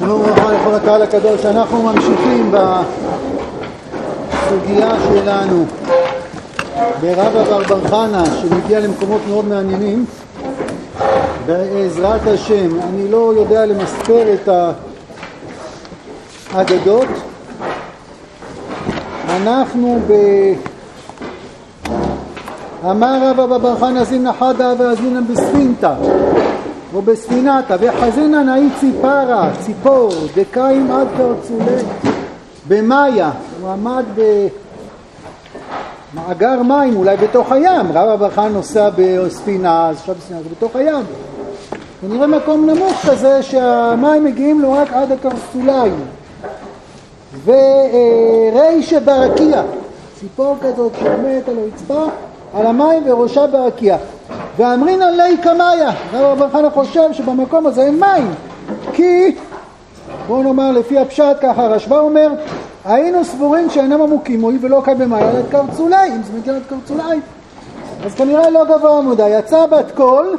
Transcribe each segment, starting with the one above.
שלום וברכה לכל הקהל הקדוש. אנחנו ממשיכים בסוגיה שלנו ברבא בר בר חנה, שמגיע למקומות מאוד מעניינים בעזרת השם. אני לא יודע למספר את האגדות. אנחנו אמר רבא בר בר חנה זימנה חדה ואזינה בספינתא או בספינתה וחזינה נאי ציפרה, ציפור, דקאים עד קרצולי במאיה. הוא עמד במאגר מים, אולי בתוך הים. רבא בר חנה נוסע בספינה, אז עכשיו בספינה זה בתוך הים. ונראה מקום נמוך כזה שהמים מגיעים לו רק עד הקרצוליים. ורישה ברקיע, ציפור כזאת שעומדת על הרצפה, על המים וראשה ברקיע. ואמרינא ליה קמאיה, רבא בר חנה חושב שבמקום הזה אין מים, כי בואו נאמר לפי הפשט ככה, רשב"א אומר היינו סבורים שאינם עמוקים מועיל ולא קל במאיה עד קרצוליים. אם זה מגיע עד קרצוליים אז כנראה לא גבוה מדי. יצא בת קול,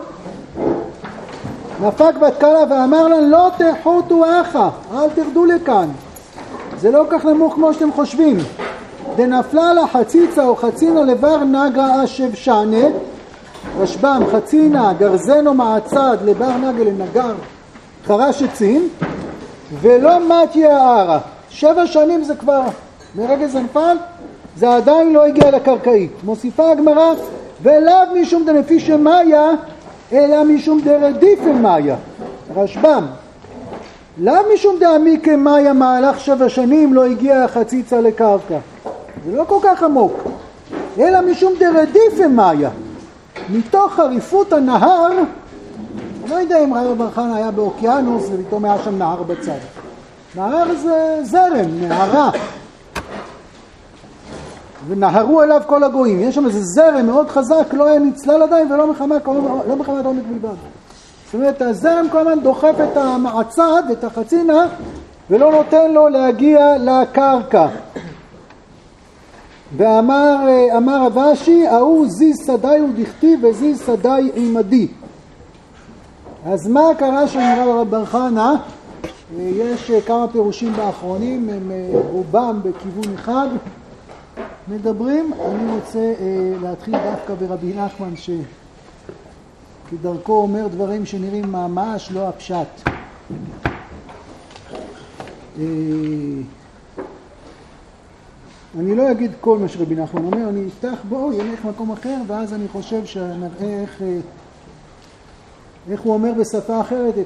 נפק בת קלה ואמר לה לא תחותו אחא, אל תרדו לכאן, זה לא כך נמוך כמו שאתם חושבים. דנפלה לה חציצה או חצינה לבר נגה אשב שנה, רשב"ם חצינה גרזנו מעצד לבר נגה לנגר חרש עצים ולא מתיה הערה. 7 שנים זה כבר מרגע זה נפל, זה עדיין לא הגיע לקרקעית. מוסיפה הגמרא ולאו משום דנפישי מאיה אלא משום דרדיפי מאיה. רשב"ם לאו משום דעמיקי מאיה מהלך 7 שנים לא הגיע החציצה לקרקע, זה לא כל כך עמוק, אלא משום דרדיפי מאיה, מתוך חריפות הנהר. אני לא יודע אם רבא בר חנה היה באוקיינוס ופתאום היה שם נהר בצד. נהר זה זרם, נהרה, ונהרו אליו כל הגויים. יש שם איזה זרם מאוד חזק, לא היה נצלל עדיין ולא מחמת עומק בלבד. זאת אומרת, הזרם כל הזמן דוחף את המעצד, את החצינה, ולא נותן לו להגיע לקרקע. ואמר רבשי, ההוא זיז שדי ודכתיב וזיז שדי עמדי. אז מה קרה שם רבא בר חנה? יש כמה פירושים באחרונים, הם רובם בכיוון אחד מדברים. אני רוצה להתחיל דווקא ברבי נחמן, שכדרכו אומר דברים שנראים ממש לא הפשט. אני לא אגיד כל מה שרבי נחמן אומר, אני אפתח בו, ילך מקום אחר, ואז אני חושב שנראה איך הוא אומר בשפה אחרת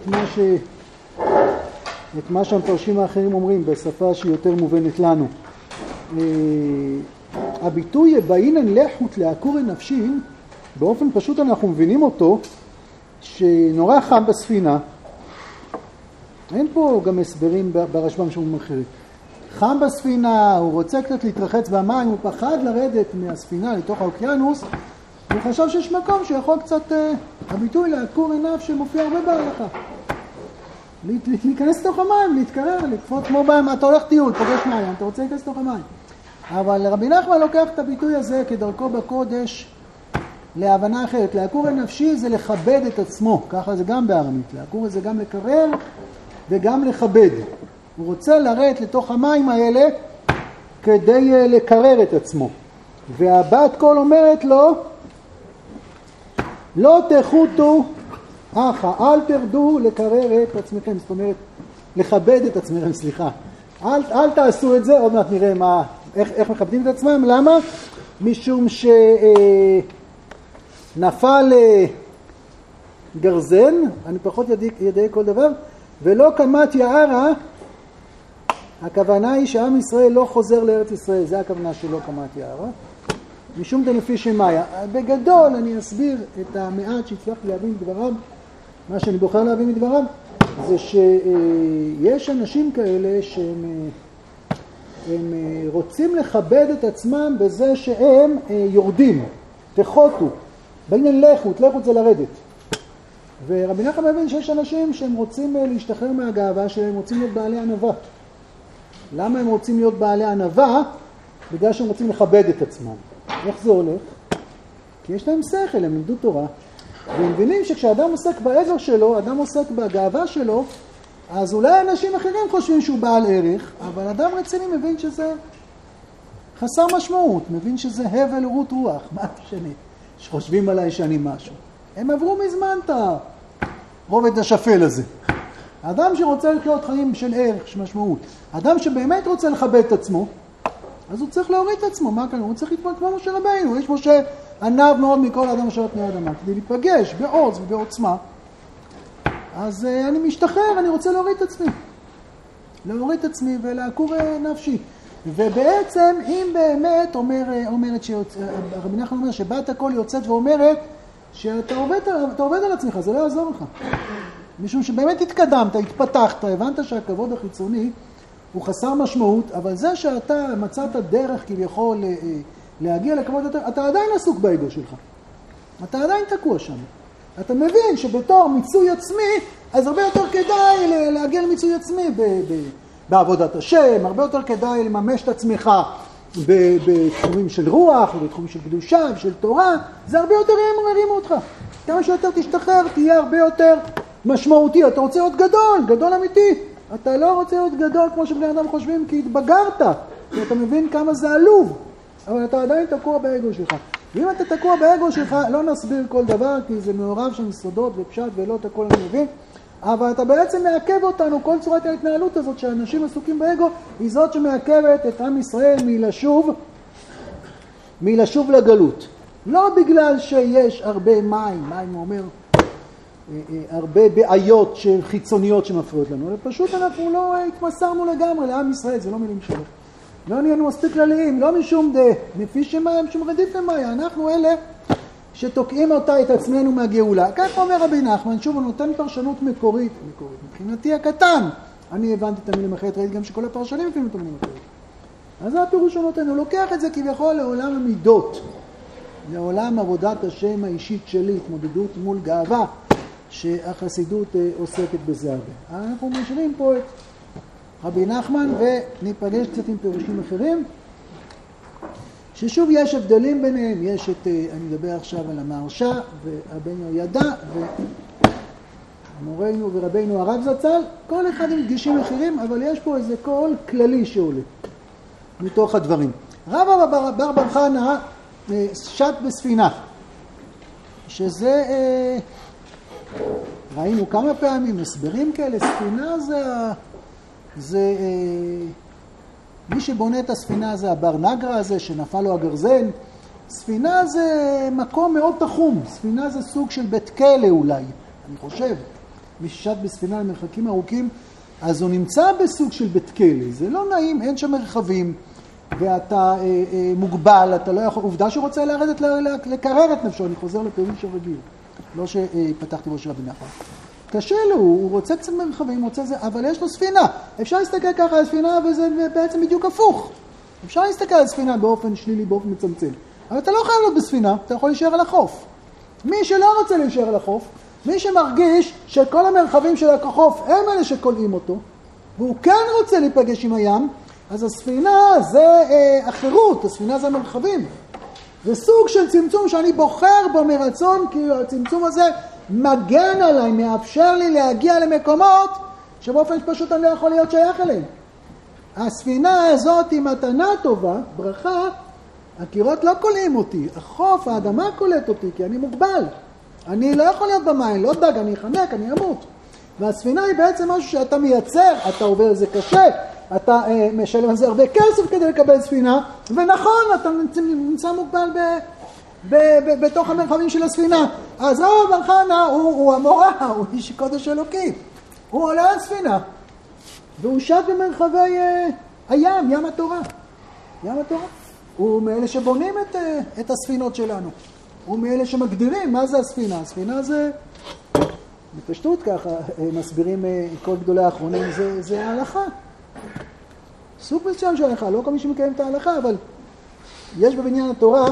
את מה שהמפרשים האחרים אומרים, בשפה שהיא יותר מובנת לנו. הביטוי באינן לחוט לעקורי נפשי, באופן פשוט אנחנו מבינים אותו, שנורא חם בספינה. אין פה גם הסברים ברשב"ם שאומרים אחרת. חם בספינה, הוא רוצה קצת להתרחץ במים, הוא פחד לרדת מהספינה לתוך האוקיינוס, הוא חשב שיש מקום שיכול קצת, הביטוי לעקור עיניו שמופיע הרבה בהלכה, להיכנס לתוך המים, להתקרר, לקפוץ כמו בהם, אתה הולך טיול, פוגש מים, אתה רוצה להיכנס לתוך המים. אבל רבי נחמן לוקח את הביטוי הזה כדרכו בקודש להבנה אחרת. לעקור נפשי זה לכבד את עצמו, ככה זה גם בארמית, לעקור זה גם לקרר וגם לכבד. הוא רוצה לרדת לתוך המים האלה כדי לקרר את עצמו. והבת קול אומרת לו, לא תחותו אחא, אל תרדו לקרר את עצמכם. זאת אומרת, לכבד את עצמכם, סליחה. אל תעשו את זה, עוד מעט נראה איך מכבדים את עצמם. למה? משום שנפל גרזן, אני פחות ידעי כל דבר, ולא קמת יערה, הכוונה היא שעם ישראל לא חוזר לארץ ישראל, זה הכוונה שלא קמת יערה, משום דנפישי מאיה. בגדול אני אסביר את המעט שהצלחתי להבין מדבריו. מה שאני בוחר להבין מדבריו זה שיש אנשים כאלה שהם רוצים לכבד את עצמם בזה שהם יורדים, תחותו, בעניין לחוט, לחוט זה לרדת. ורבי נחמן מבין שיש אנשים שהם רוצים להשתחרר מהגאווה, שהם רוצים להיות בעלי ענווה. למה הם רוצים להיות בעלי ענווה? בגלל שהם רוצים לכבד את עצמם. איך זה הולך? כי יש להם שכל, הם למדו תורה, והם מבינים שכשאדם עוסק בעזר שלו, אדם עוסק בגאווה שלו, אז אולי אנשים אחרים חושבים שהוא בעל ערך, אבל אדם רציני מבין שזה חסר משמעות, מבין שזה הבל רות רוח, מה שאני, שחושבים עליי שאני משהו. הם עברו מזמן את הרובד השפל הזה. האדם שרוצה לחיות חיים של ערך, של משמעות, האדם שבאמת רוצה לכבד את עצמו, אז הוא צריך להוריד את עצמו. מה כאן? הוא צריך להתפגש כמו משה רבינו. יש משה ענב מאוד מכל האדם אשר על פני האדמה, כדי להיפגש בעוז ובעוצמה. אז אני משתחרר, אני רוצה להוריד את עצמי. להוריד את עצמי ולעקור נפשי. ובעצם, אם באמת אומרת רבי נחמן אומר שבת הכל יוצאת ואומרת שאתה עובד על עצמך, זה לא יעזור לך. משום שבאמת התקדמת, התפתחת, הבנת שהכבוד החיצוני הוא חסר משמעות, אבל זה שאתה מצאת דרך כביכול להגיע לכבוד יותר, אתה עדיין עסוק באגו שלך. אתה עדיין תקוע שם. אתה מבין שבתור מיצוי עצמי, אז הרבה יותר כדאי להגיע למיצוי עצמי בעבודת השם, הרבה יותר כדאי לממש את עצמך בתחומים של רוח, ובתחומים של קדושה ושל תורה, זה הרבה יותר ימרים אותך. כמה שיותר תשתחרר, תהיה הרבה יותר משמעותי. אתה רוצה להיות גדול, גדול אמיתי. אתה לא רוצה להיות גדול כמו שבני אדם חושבים, כי התבגרת, כי אתה מבין כמה זה עלוב, אבל אתה עדיין תקוע באגו שלך. ואם אתה תקוע באגו שלך, לא נסביר כל דבר, כי זה מעורב של יסודות ופשט ולא את הכל אני מבין, אבל אתה בעצם מעכב אותנו, כל צורת ההתנהלות הזאת שאנשים עסוקים באגו, היא זאת שמעכבת את עם ישראל מלשוב לגלות. לא בגלל שיש הרבה מים הוא אומר, הרבה בעיות חיצוניות שמפריעות לנו, אלא פשוט אנחנו לא התמסרנו לגמרי לעם ישראל, זה לא מילים שלו. לא נהיינו מספיק כלליים, לא משום נפי שמים, שום רדיף למאיה, אנחנו אלה שתוקעים אותה את עצמנו מהגאולה. כך אומר רבי נחמן, שוב הוא נותן פרשנות מקורית, מבחינתי הקטן, אני הבנתי את המילים אחרת, ראיתי גם שכל הפרשנים מבינים את המילים אחרת. אז זה הפירוש הוא נותן, הוא לוקח את זה כביכול לעולם המידות, לעולם עבודת השם האישית שלי, התמודדות מול גאווה, שהחסידות עוסקת בזה הרבה. אנחנו משאירים פה את רבי נחמן וניפגש קצת עם פירושים אחרים, ששוב יש הבדלים ביניהם. יש את, אני מדבר עכשיו על המהרש"א ורבנו ידע ומורנו ורבנו הרב זצ"ל, כל אחד עם דגשים אחרים, אבל יש פה איזה קול כללי שעולה מתוך הדברים. רבא בר חנא שט בספינה, שזה ראינו כמה פעמים הסברים כאלה. ספינה זה מי שבונה את הספינה זה הבר נגרה הזה שנפל לו הגרזן. ספינה זה מקום מאוד תחום, ספינה זה סוג של בית כלא אולי, אני חושב. מי ששט בספינה למרחקים ארוכים, אז הוא נמצא בסוג של בית כלא, זה לא נעים, אין שם מרחבים, ואתה מוגבל, אתה לא יכול, עובדה שרוצה לרדת לקרר את נפשו, אני חוזר לפירוש הרגיל, לא שפתחתי בו של רבי נחמן. קשה לו, הוא רוצה קצת מרחבים, רוצה זה, אבל יש לו ספינה. אפשר להסתכל ככה על ספינה, וזה בעצם בדיוק הפוך. אפשר להסתכל על ספינה באופן שלילי, באופן מצמצם. אבל אתה לא חייב להיות בספינה, אתה יכול להישאר על החוף. מי שלא רוצה להישאר על החוף, מי שמרגיש שכל המרחבים של החוף הם אלה שקולעים אותו, והוא כן רוצה להיפגש עם הים, אז הספינה זה החירות, הספינה זה המרחבים. זה סוג של צמצום שאני בוחר בו מרצון, כי הצמצום הזה מגן עליי, מאפשר לי להגיע למקומות שבאופן פשוט אני לא יכול להיות שייך אליהם. הספינה הזאת היא מתנה טובה, ברכה, הקירות לא קולעים אותי, החוף, האדמה קולט אותי, כי אני מוגבל. אני לא יכול להיות במים, לא דג, אני אחנק, אני אמות. והספינה היא בעצם משהו שאתה מייצר, אתה עובר על זה קשה, אתה משלם על זה הרבה כסף כדי לקבל ספינה, ונכון, אתה נמצא מוגבל בתוך המרחבים של הספינה. אז רב בר חנא הוא המורה, הוא איש קודש אלוקי. הוא עולה על ספינה, והוא שט במרחבי הים, ים התורה. ים התורה. הוא מאלה שבונים את הספינות שלנו. הוא מאלה שמגדירים מה זה הספינה. הספינה זה, בפשטות ככה, מסבירים כל גדולי האחרונים, זה ההלכה. סוג מסוים של ההלכה, לא כל מי שמקיים את ההלכה, אבל יש בבניין התורה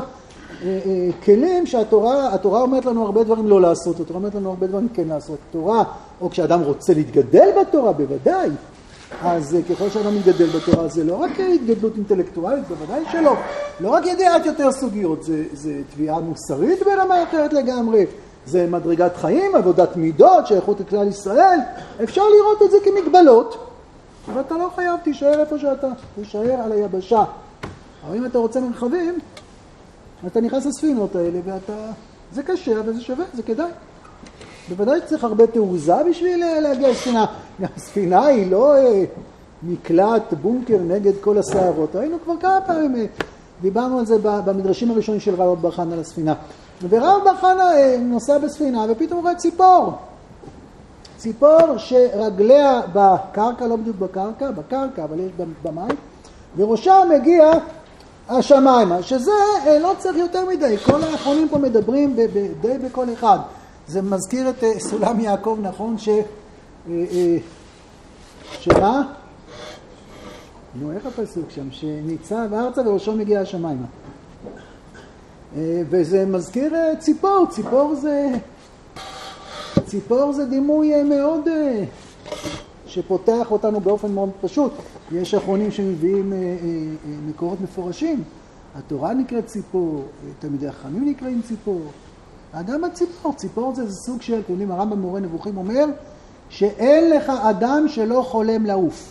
כלים שהתורה אומרת לנו הרבה דברים לא לעשות, התורה אומרת לנו הרבה דברים כן לעשות. תורה, או כשאדם רוצה להתגדל בתורה, בוודאי, אז ככל שאדם מתגדל בתורה, זה לא רק התגדלות אינטלקטואלית, בוודאי שלא. לא רק ידיעת יותר סוגיות, זה תביעה מוסרית ברמה אחרת לגמרי, זה מדרגת חיים, עבודת מידות, שייכות לכלל ישראל. אפשר לראות את זה כמגבלות, אבל אתה לא חייב, תישאר איפה שאתה, תישאר על היבשה. אבל אם אתה רוצה מרחבים, אתה נכנס לספינות האלה, זה קשה, אבל זה שווה, זה כדאי. בוודאי שצריך הרבה תעוזה בשביל להגיע לספינה. הספינה היא לא מקלט, בונקר נגד כל הסערות. היינו כבר כמה פעמים, דיברנו על זה במדרשים הראשונים של רב בר חנא על הספינה. ורב בר חנא נוסע בספינה, ופתאום רואה ציפור. ציפור שרגליה בקרקע, לא בדיוק בקרקע, אבל יש במים, וראשה מגיע השמיימה, שזה לא צריך יותר מדי. כל האחרונים פה מדברים די בכל אחד. זה מזכיר את סולם יעקב, נכון? שמה? נו, איך הפסוק שם? שניצב ארצה וראשו מגיע השמיימה. וזה מזכיר ציפור. ציפור זה דימוי מאוד שפותח אותנו באופן מאוד פשוט. יש אחרונים שמביאים מקורות מפורשים. התורה נקראת ציפור, תלמידי החכמים נקראים ציפור. האדם הציפור, ציפור זה סוג של, אתם יודעים, הרמב"ם מורה נבוכים אומר שאין לך אדם שלא חולם לעוף.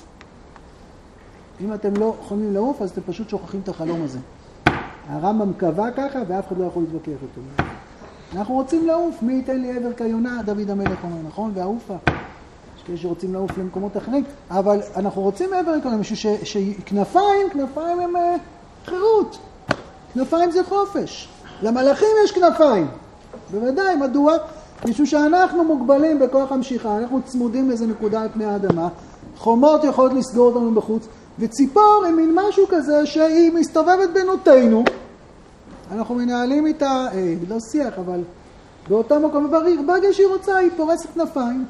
אם אתם לא חולמים לעוף, אז אתם פשוט שוכחים את החלום הזה. הרמב"ם קבע ככה ואף אחד לא יכול להתווכח אותו. אנחנו רוצים לעוף, מי ייתן לי עבר כיונה? דוד המלך אומר, נכון? והעופה. יש כאלה שרוצים לעוף למקומות אחרים, אבל אנחנו רוצים עבר כיונה, משהו שכנפיים הם חירות. כנפיים זה חופש. למלאכים יש כנפיים. בוודאי, מדוע? משום שאנחנו מוגבלים בכוח המשיכה, אנחנו צמודים לאיזה נקודה על פני האדמה, חומות יכולות לסגור אותנו בחוץ, וציפור היא מין משהו כזה שהיא מסתובבת בינותינו, אנחנו מנהלים איתה, לא שיח, אבל באותו מקום, ברגע שהיא רוצה, היא פורסת כנפיים,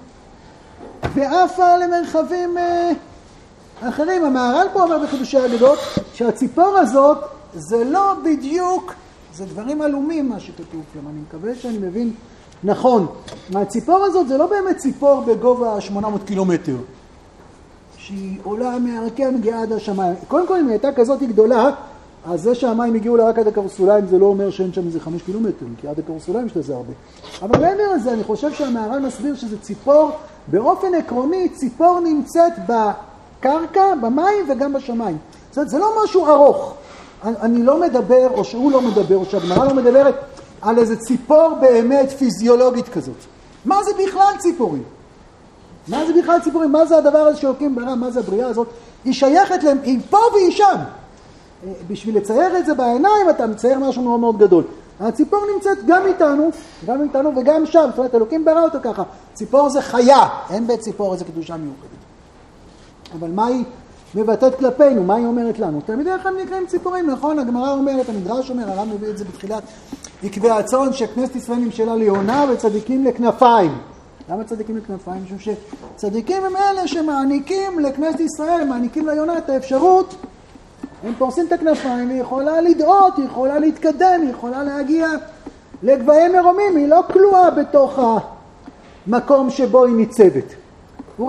ועפה למרחבים אחרים. המהר"ל פה אומר בחידושי האגדות, שהציפור הזאת זה לא בדיוק, זה דברים עלומים מה שכתוב להם, אני מקווה שאני מבין נכון. מהציפור הזאת זה לא באמת ציפור בגובה 800 קילומטר, שהיא עולה מהרקיע מגיעה עד השמיים. קודם כל אם היא הייתה כזאת גדולה, אז זה שהמים הגיעו לה רק עד הקרסוליים, זה לא אומר שאין שם איזה 5 קילומטר, כי עד הקרסוליים יש לזה הרבה. אבל מעבר לזה, אני חושב שהמהר"ל מסביר שזה ציפור, באופן עקרוני, ציפור נמצאת בקרקע, במים וגם בשמיים. זאת אומרת, זה לא משהו ארוך. אני לא מדבר, או שהוא לא מדבר, או שהגמרא לא מדברת, על איזה ציפור באמת פיזיולוגית כזאת. מה זה בכלל ציפורים? מה זה בכלל ציפורים? מה זה הדבר הזה שאלוקים ברא? מה זה הבריאה הזאת? היא שייכת להם, היא פה והיא שם. בשביל לצייר את זה בעיניים, אתה מצייר משהו מאוד מאוד גדול. הציפור נמצאת גם איתנו וגם שם. זאת אומרת, אלוקים ברא אותו ככה. ציפור זה חיה, אין בציפור איזה קדושה מיוחדת. אבל מה היא מבטאת כלפינו? מה היא אומרת לנו? תלמידי החכמים נקראים ציפורים, נכון? הגמרא אומרת, המדרש אומר, הרב מביא את זה בתחילת עקבי הצאן, שכנסת ישראל נמשלה ליונה וצדיקים לכנפיים. למה צדיקים לכנפיים? משום שצדיקים הם אלה שמעניקים לכנסת ישראל, מעניקים ליונה את האפשרות, הם פורסים את הכנפיים, היא יכולה לדעות, היא יכולה להתקדם, היא יכולה להגיע לגבהים מרומים, היא לא כלואה בתוך המקום שבו היא ניצבת. הוא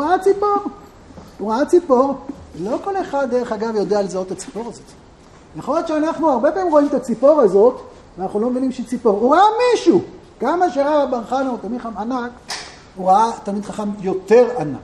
ראה ציפור, לא כל אחד דרך אגב יודע לזהות את הציפור הזאת. יכול להיות שאנחנו הרבה פעמים רואים את הציפור הזאת, ואנחנו לא מבינים שהיא ציפור. הוא ראה מישהו, כמה שרב בר חנא הוא תמיד חכם ענק, הוא ראה תמיד חכם יותר ענק.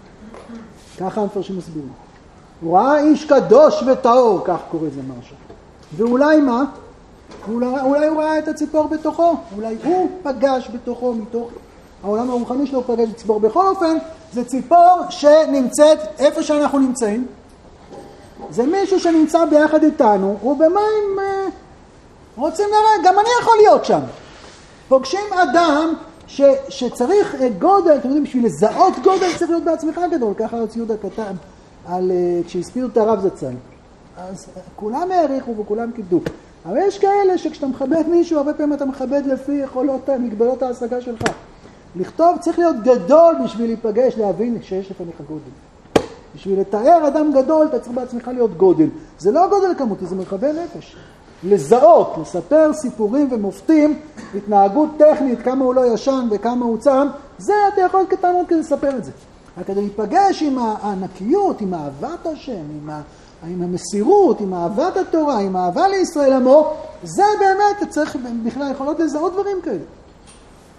ככה המפרשים מסבירים. הוא ראה איש קדוש וטהור, כך קורא זה משהו. ואולי מה? אולי הוא ראה את הציפור בתוכו, אולי הוא פגש בתוכו, מתוך העולם הרוחני שלו פגש את ציפור. בכל אופן, זה ציפור שנמצאת איפה שאנחנו נמצאים. זה מישהו שנמצא ביחד איתנו, ובמים רוצים לראה, גם אני יכול להיות שם. פוגשים אדם שצריך גודל, אתם יודעים, בשביל לזהות גודל צריך להיות בעצמך גדול, ככה הציוד הקטן, כשהספירו את הרב זצ"ל. אז כולם העריכו וכולם כיבדו. אבל יש כאלה שכשאתה מכבד מישהו, הרבה פעמים אתה מכבד לפי יכולות, מגבלות ההשגה שלך. לכתוב צריך להיות גדול בשביל להיפגש, להבין שיש לפניך גודל. בשביל לתאר אדם גדול, אתה צריך בעצמך להיות גודל. זה לא גודל כמותי, זה מרחבי נפש. לזהות, לספר סיפורים ומופתים, התנהגות טכנית, כמה הוא לא ישן וכמה הוא צם, זה אתה יכול קטנות כדי לספר את זה. רק כדי להיפגש עם הענקיות, עם אהבת השם, עם המסירות, עם אהבת התורה, עם אהבה לישראל עמו, זה באמת, צריך בכלל יכולות לזהות דברים כאלה.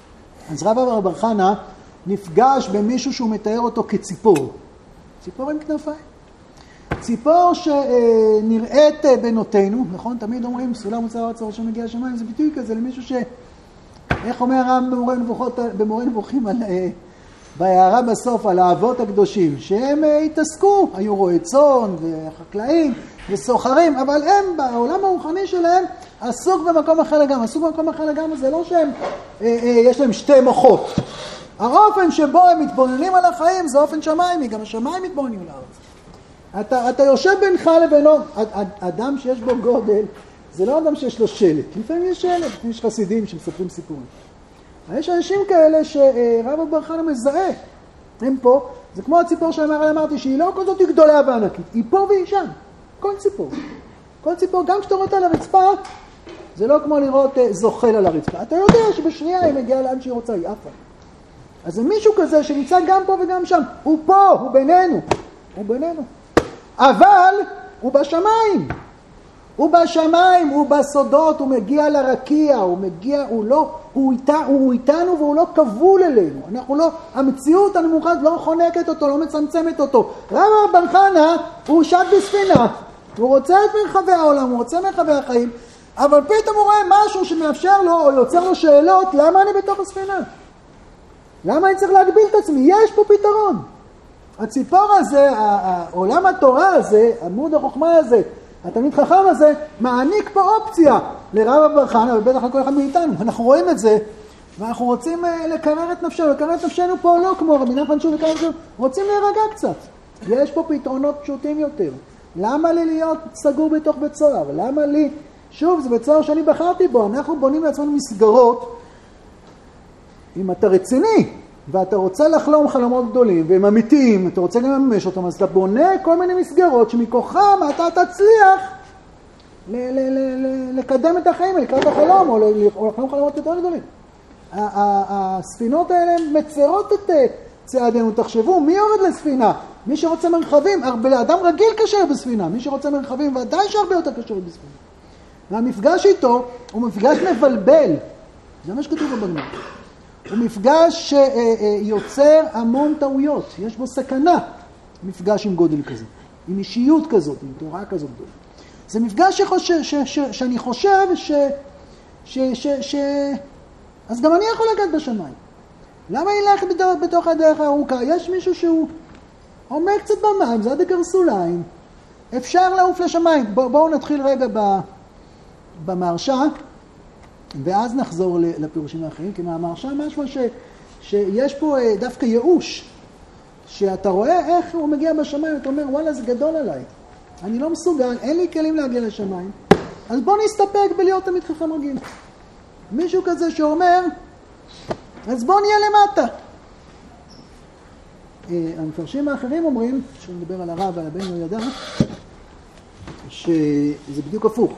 אז רב אבר בר חנה נפגש במישהו שהוא מתאר אותו כציפור. ציפור עם כנפיים. ציפור שנראית בנותינו, נכון? תמיד אומרים, סולם מוצא הארץ הראשון מגיע השמיים, זה ביטוי כזה למישהו איך אומר הרב במורה נבוכים בהערה בסוף על האבות הקדושים, שהם התעסקו, היו רועי צאן וחקלאים וסוחרים, אבל הם בעולם הרוחני שלהם עסוק במקום אחר לגמרי. עסוק במקום אחר לגמרי זה לא שהם, יש להם שתי מוחות. האופן שבו הם מתבוננים על החיים זה אופן שמיימי, גם השמיים מתבוננים על הארץ. אתה יושב בינך לבינו, אדם שיש בו גודל, זה לא אדם שיש לו שלט, לפעמים יש שלט, לפעמים יש חסידים שמספרים סיפורים. יש אנשים כאלה שרב בר חנה מזהה, הם פה, זה כמו הציפור שאמרתי, שהיא לא כזאת גדולה וענקית, היא פה והיא שם, כל ציפור. כל ציפור, גם כשאתה רואה אותה על הרצפה, זה לא כמו לראות זוחל על הרצפה. אתה יודע שבשנייה היא מגיעה לאן שהיא רוצה, היא עפה. אז זה מישהו כזה שנמצא גם פה וגם שם, הוא פה, הוא בינינו, הוא בינינו. אבל הוא בשמיים. הוא בשמיים, הוא בסודות, הוא מגיע לרקיע, הוא מגיע, הוא איתנו והוא לא כבול אלינו. אנחנו לא, המציאות הנמוכה לא חונקת אותו, לא מצמצמת אותו. רב בר חנה הוא שט בספינה, הוא רוצה את מרחבי העולם, הוא רוצה מרחבי החיים, אבל פתאום הוא רואה משהו שמאפשר לו או יוצר לו שאלות, למה אני בתוך הספינה? למה אני צריך להגביל את עצמי? יש פה פתרון. הציפור הזה, העולם התורה הזה, עמוד החוכמה הזה, התלמיד חכם הזה, מעניק פה אופציה לרב בר חנה, ובטח לכל אחד מאיתנו. אנחנו רואים את זה, ואנחנו רוצים לקרר את נפשנו. לקרר את נפשנו פה לא כמו רבי נחמן שוב לקרר את נפשנו, רוצים להירגע קצת. יש פה פתרונות פשוטים יותר. למה לי להיות סגור בתוך בית סוהר? למה לי? שוב, זה בית סוהר שאני בחרתי בו. אנחנו בונים לעצמנו מסגרות. אם אתה רציני, ואתה רוצה לחלום חלומות גדולים, והם אמיתיים, אתה רוצה גם לממש אותם, אז אתה בונה כל מיני מסגרות שמכוחם אתה תצליח לקדם את החיים, לקראת החלום, או לחלום חלומות יותר גדולים. הספינות האלה מצרות את צעדינו. תחשבו, מי יורד לספינה? מי שרוצה מרחבים, לאדם רגיל קשה בספינה, מי שרוצה מרחבים ודאי שהרבה יותר קשה בספינה. והמפגש איתו הוא מפגש מבלבל. זה מה שכתוב בגמרא. הוא מפגש שיוצר המון טעויות, יש בו סכנה, מפגש עם גודל כזה, עם אישיות כזאת, עם תורה כזאת גדולה. זה מפגש שאני חושב אז גם אני יכול לגעת בשמיים. למה ילך בתוך הדרך הארוכה? יש מישהו שהוא עומד קצת במים, זה עד הקרסוליים, אפשר לעוף לשמיים. בואו נתחיל רגע במהרש"א, ואז נחזור לפירושים האחרים, כי מהמהרש"א משהו שיש פה דווקא ייאוש, שאתה רואה איך הוא מגיע בשמיים, אתה אומר, וואלה, זה גדול עליי. אני לא מסוגל, אין לי כלים להגיע לשמיים, אז בוא נסתפק בלהיות תמיד חכם רגיל. מישהו כזה שאומר, אז בוא נהיה למטה. המפרשים האחרים אומרים, שנדבר על הרב ועל הבן יהוידע, שזה בדיוק הפוך.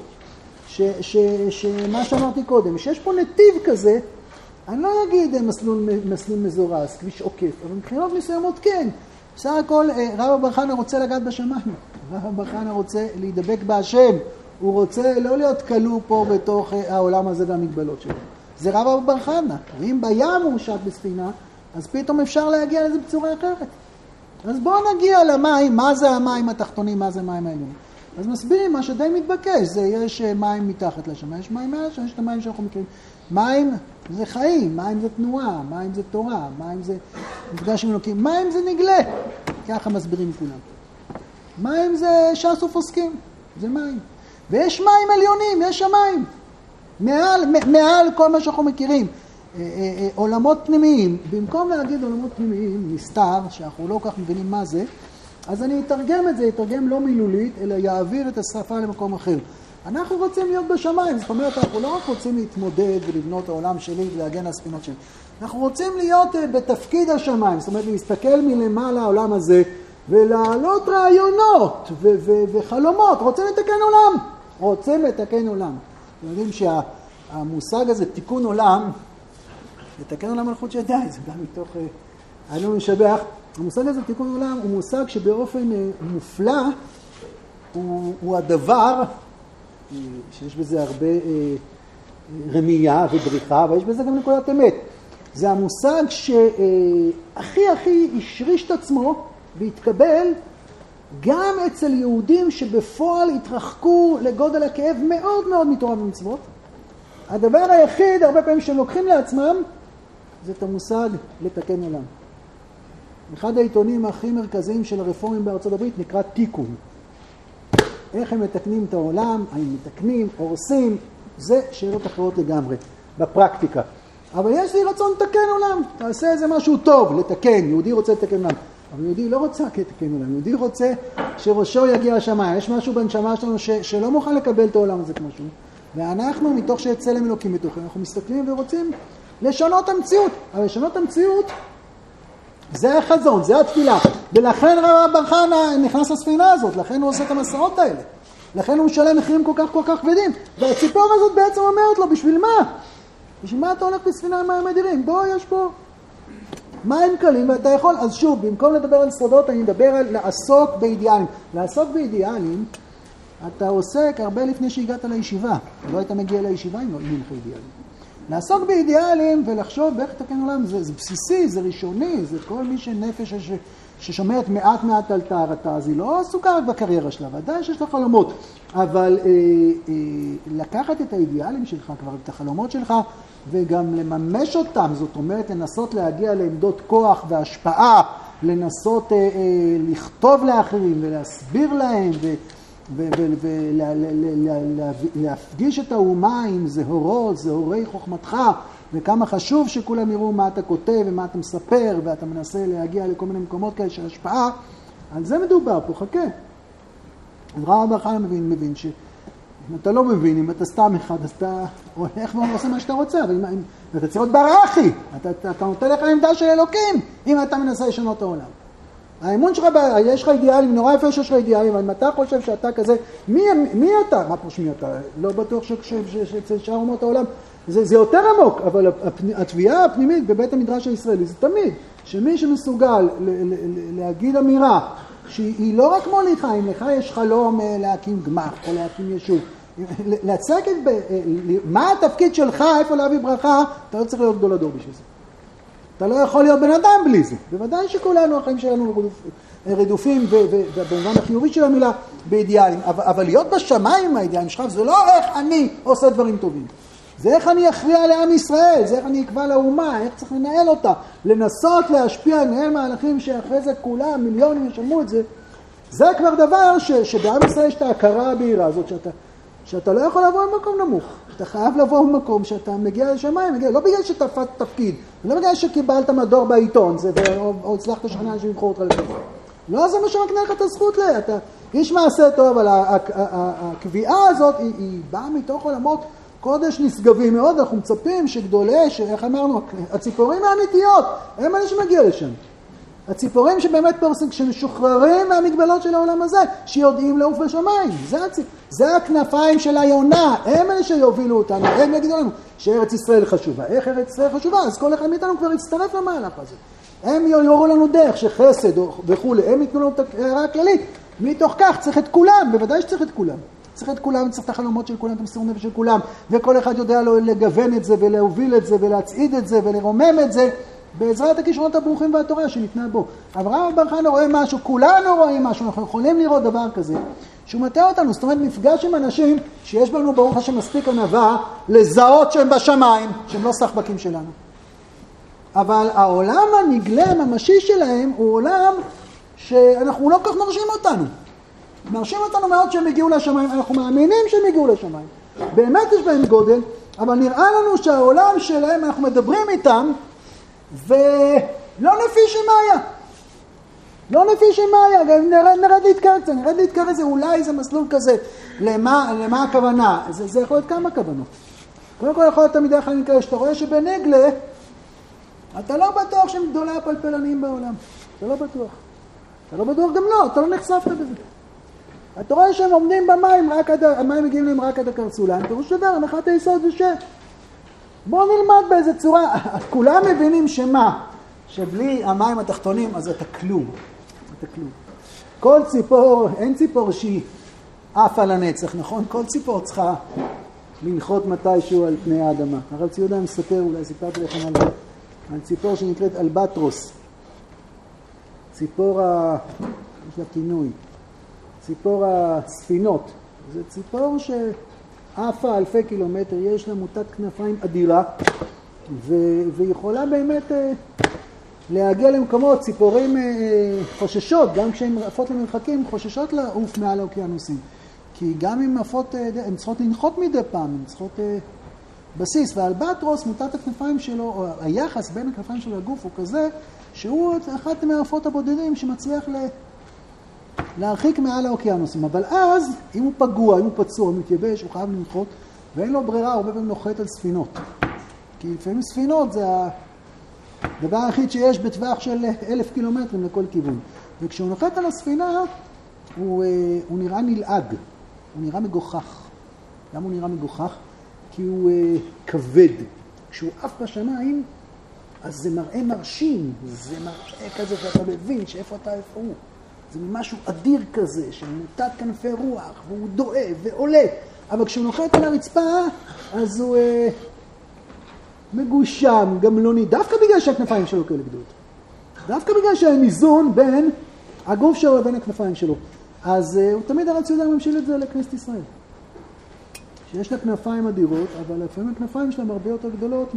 שמה שאמרתי קודם, שיש פה נתיב כזה, אני לא אגיד מסלול מזורז, כביש עוקף, אבל מבחינות מסוימות כן. בסך הכל רב בר חנה רוצה לגעת בשמיים, רב בר חנה רוצה להידבק בהשם, הוא רוצה לא להיות כלוא פה בתוך העולם הזה והמגבלות שלו. זה רב בר חנה, ואם בים הוא שט בספינה, אז פתאום אפשר להגיע לזה בצורה אחרת. אז בואו נגיע למים, מה זה המים התחתונים, מה זה מים העליונים. אז מסבירים מה שדי מתבקש, זה יש מים מתחת לשם, יש מים מעל לשם, יש את המים שאנחנו מכירים. מים זה חיים, מים זה תנועה, מים זה תורה, מים זה מפגש עם אלוקים, מים זה נגלה, ככה מסבירים כולם. מים זה ש"ס ופוסקים, זה מים. ויש מים עליונים, יש שמיים, מעל כל מה שאנחנו מכירים. עולמות פנימיים, במקום להגיד עולמות פנימיים, נסתר, שאנחנו לא כך מבינים מה זה, אז אני אתרגם את זה, אתרגם לא מילולית, אלא יעביר את השפה למקום אחר. אנחנו רוצים להיות בשמיים, זאת אומרת, אנחנו לא רק רוצים להתמודד ולבנות את העולם שלי ולהגן על הספינות שלי. אנחנו רוצים להיות בתפקיד השמיים, זאת אומרת, להסתכל מלמעלה העולם הזה, ולהעלות רעיונות וחלומות. רוצים לתקן עולם. רוצים לתקן עולם. אתם יודעים שהמושג הזה, תיקון עולם, לתקן עולם מלכות שידיים, זה גם מתוך, אני לא משבח, המושג הזה, תיקון עולם, הוא מושג שבאופן מופלא, הוא הדבר, שיש בזה הרבה רמייה ובריחה, אבל יש בזה גם נקודת אמת. זה המושג שהכי השריש את עצמו והתקבל גם אצל יהודים שבפועל התרחקו לגודל הכאב מאוד מאוד מתורה ומצוות. הדבר היחיד, הרבה פעמים שהם לוקחים לעצמם, זה את המושג לתקן עולם. אחד העיתונים הכי מרכזיים של הרפורמים בארצות הברית נקרא תיקון. איך הם מתקנים את העולם, האם מתקנים, הורסים, זה שאלות אחרות לגמרי, בפרקטיקה. אבל יש לי רצון לתקן עולם, תעשה איזה משהו טוב, לתקן, יהודי רוצה לתקן עולם. אבל יהודי לא רוצה לתקן עולם, יהודי רוצה שראשו יגיע לשמיים. יש משהו בנשמה שלנו שלא מוכן לקבל את העולם הזה כמו שהוא. ואנחנו, מתוך שצלם אלוקים בתוכנו, אנחנו מסתכלים ורוצים לשנות המציאות. אבל לשנות המציאות, זה החזון, זה התפילה. ולכן רב בר חנה נכנס לספינה הזאת, לכן הוא עושה את המסעות האלה. לכן הוא משלם מחירים כל כך כבדים. והציפור הזאת בעצם אומרת לו, בשביל מה? בשביל מה אתה הולך בספינה מים אדירים? בוא, יש פה מים קלים ואתה יכול. אז שוב, במקום לדבר על סודות, אני מדבר על לעסוק באידיאלים. לעסוק באידיאלים, אתה עוסק הרבה לפני שהגעת לישיבה. לא היית מגיע לישיבה אם לא אין לך אידיאלים. לעסוק באידיאלים ולחשוב באיך לתקן עולם, זה בסיסי, זה ראשוני, זה כל מי שנפש ששומרת מעט על טהרתה, אז היא לא עסוקה רק בקריירה שלה, ודאי שיש לה חלומות, אבל לקחת את האידיאלים שלך כבר, את החלומות שלך, וגם לממש אותם, זאת אומרת לנסות להגיע לעמדות כוח והשפעה, לנסות לכתוב לאחרים ולהסביר להם ולהפגיש את האומה עם זהורות, זהורי חוכמתך, וכמה חשוב שכולם יראו מה אתה כותב ומה אתה מספר, ואתה מנסה להגיע לכל מיני מקומות כאלה של השפעה. על זה מדובר פה, חכה. אז רב בר חנה מבין שאם אתה לא מבין, אם אתה סתם אחד, אז אתה הולך ועושה מה שאתה רוצה, אבל אתה צריך להיות ברחי, אתה נותן לך עמדה של אלוקים, אם אתה מנסה לשנות את העולם. האמון שלך, יש לך אידיאלים, נורא יפה שיש לך אידיאלים, אבל אם אתה חושב שאתה כזה, מי אתה? מה פה שמי אתה? לא בטוח שאצל שאר אומות העולם, זה יותר עמוק, אבל התביעה הפנימית בבית המדרש הישראלי זה תמיד, שמי שמסוגל להגיד אמירה, שהיא לא רק מוליכה, אם לך יש חלום להקים גמח או להקים יישוב, לצקת מה התפקיד שלך, איפה להביא ברכה, אתה לא צריך להיות גדול הדור בשביל זה. אתה לא יכול להיות בן אדם בלי זה. בוודאי שכולנו, החיים שלנו רדופים, ובמובן החיובי של המילה, באידיאלים. אבל להיות בשמיים עם האידיאלים שלך, זה לא איך אני עושה דברים טובים. זה איך אני אכריע לעם ישראל, זה איך אני אקבע לאומה, איך צריך לנהל אותה. לנסות להשפיע, לנהל מהלכים שאחרי זה כולם, מיליונים ישלמו את זה. זה כבר דבר שבעם ישראל יש את ההכרה הבהירה הזאת, שאתה לא יכול לבוא במקום נמוך. אתה חייב לבוא במקום שאתה מגיע לשמיים, לא בגלל שתפת תפקיד, לא בגלל שקיבלת מדור בעיתון, או הצלחת לשכנע אנשים לבחור אותך לפני. לא, זה מה שמקנה לך את הזכות אתה איש מעשה טוב, אבל הקביעה הזאת היא באה מתוך עולמות קודש נשגבים מאוד, אנחנו מצפים שגדולי, איך אמרנו, הציפורים האמיתיות, הם אלה שמגיע לשם. הציפורים שבאמת פורסים, שמשוחררים מהמגבלות של העולם הזה, שיודעים לעוף בשמיים. זה הכנפיים של היונה, הם אלה שיובילו אותנו, הם יגידו לנו שארץ ישראל חשובה. איך ארץ ישראל חשובה? אז כל אחד מאיתנו כבר יצטרף למהלך הזה. הם יורו לנו דרך שחסד וכו', הם ייתנו לנו את ההערה הכללית. מתוך כך צריך את כולם, בוודאי שצריך את כולם. צריך את כולם, צריך את החלומות של כולם, את המסירות נפש של כולם, וכל אחד יודע לגוון את זה ולהוביל את זה ולהצעיד את זה ולרומם את זה. בעזרת הכישרונות הברוכים והתורה שניתנה בו. אברהם בר חנה רואה משהו, כולנו רואים משהו, אנחנו יכולים לראות דבר כזה, שהוא מטעה אותנו, זאת אומרת מפגש עם אנשים שיש בנו ברוך השם מספיק ענווה, לזהות שהם בשמיים, שהם לא סחבקים שלנו. אבל העולם הנגלה הממשי שלהם הוא עולם שאנחנו לא כך מרשים אותנו. מרשים אותנו מאוד שהם הגיעו לשמיים, אנחנו מאמינים שהם הגיעו לשמיים. באמת יש בהם גודל, אבל נראה לנו שהעולם שלהם, אנחנו מדברים איתם, ולא נפי שמאיה. לא נפי שמאיה. נרד להתקרא זה אולי זה מסלול כזה. למה הכוונה? זה יכול להיות כמה כוונות. קודם כל יכול להיות תמידי חיים כאלה, שאתה רואה שבנגלה, אתה לא בטוח שהם גדולי הפלפלנים בעולם. אתה לא בטוח. אתה לא בטוח גם לא, אתה לא נחשפת בזה. אתה רואה שהם עומדים במים, המים מגיעים להם רק עד הקרסוליים. פירוש דבר, הנחת היסוד זה בואו נלמד באיזה צורה, כולם מבינים שמה? שבלי המים התחתונים, אז אתה כלום. אתה כלום. כל ציפור, אין ציפור שהיא אף על הנצח, נכון? כל ציפור צריכה לנחות מתישהו על פני האדמה. הרב ציודה מספר, אולי סיפרתי לכם על זה, על ציפור שנקראת אלבטרוס. ציפור יש לה כינוי. ציפור הספינות. זה ציפור שעפה אלפי קילומטר, יש לה מוטת כנפיים אדירה, ויכולה באמת להגיע למקומות. ציפורים חוששות, גם כשהן עפות למרחקים, חוששות לעוף מעל האוקיינוסים. כי גם אם עפות, הן צריכות לנחות מדי פעם, הן צריכות בסיס. והאלבטרוס, מוטת הכנפיים שלו, או היחס בין הכנפיים של הגוף הוא כזה, שהוא אחת מהעפות הבודדים שמצליח להרחיק מעל האוקיינוסים. אבל אז, אם הוא פגוע, אם הוא פצוע, אם הוא מתייבש, הוא חייב לנחות, ואין לו ברירה, הרבה פעמים נוחת על ספינות. כי לפעמים ספינות זה הדבר היחיד שיש בטווח של 1,000 קילומטרים לכל כיוון. וכשהוא נוחת על הספינה, הוא נראה נלעג, הוא נראה מגוחך. למה הוא נראה מגוחך? כי הוא כבד. כשהוא עף בשמיים, אז זה מראה מרשים, זה מראה כזה שאתה מבין שאיפה אתה, איפה הוא. זה משהו אדיר כזה, שמוטת כנפי רוח, והוא דואב ועולה. אבל כשהוא נוחת על הרצפה, אז הוא מגושם, גמלוני, דווקא בגלל שהכנפיים שלו כאלה גדולות. דווקא בגלל שהן איזון בין הגוף שלו לבין הכנפיים שלו. אז הוא תמיד הרץ יודע ממשיל את זה לכנסת ישראל. שיש לה כנפיים אדירות, אבל לפעמים הכנפיים שלהם הרבה יותר גדולות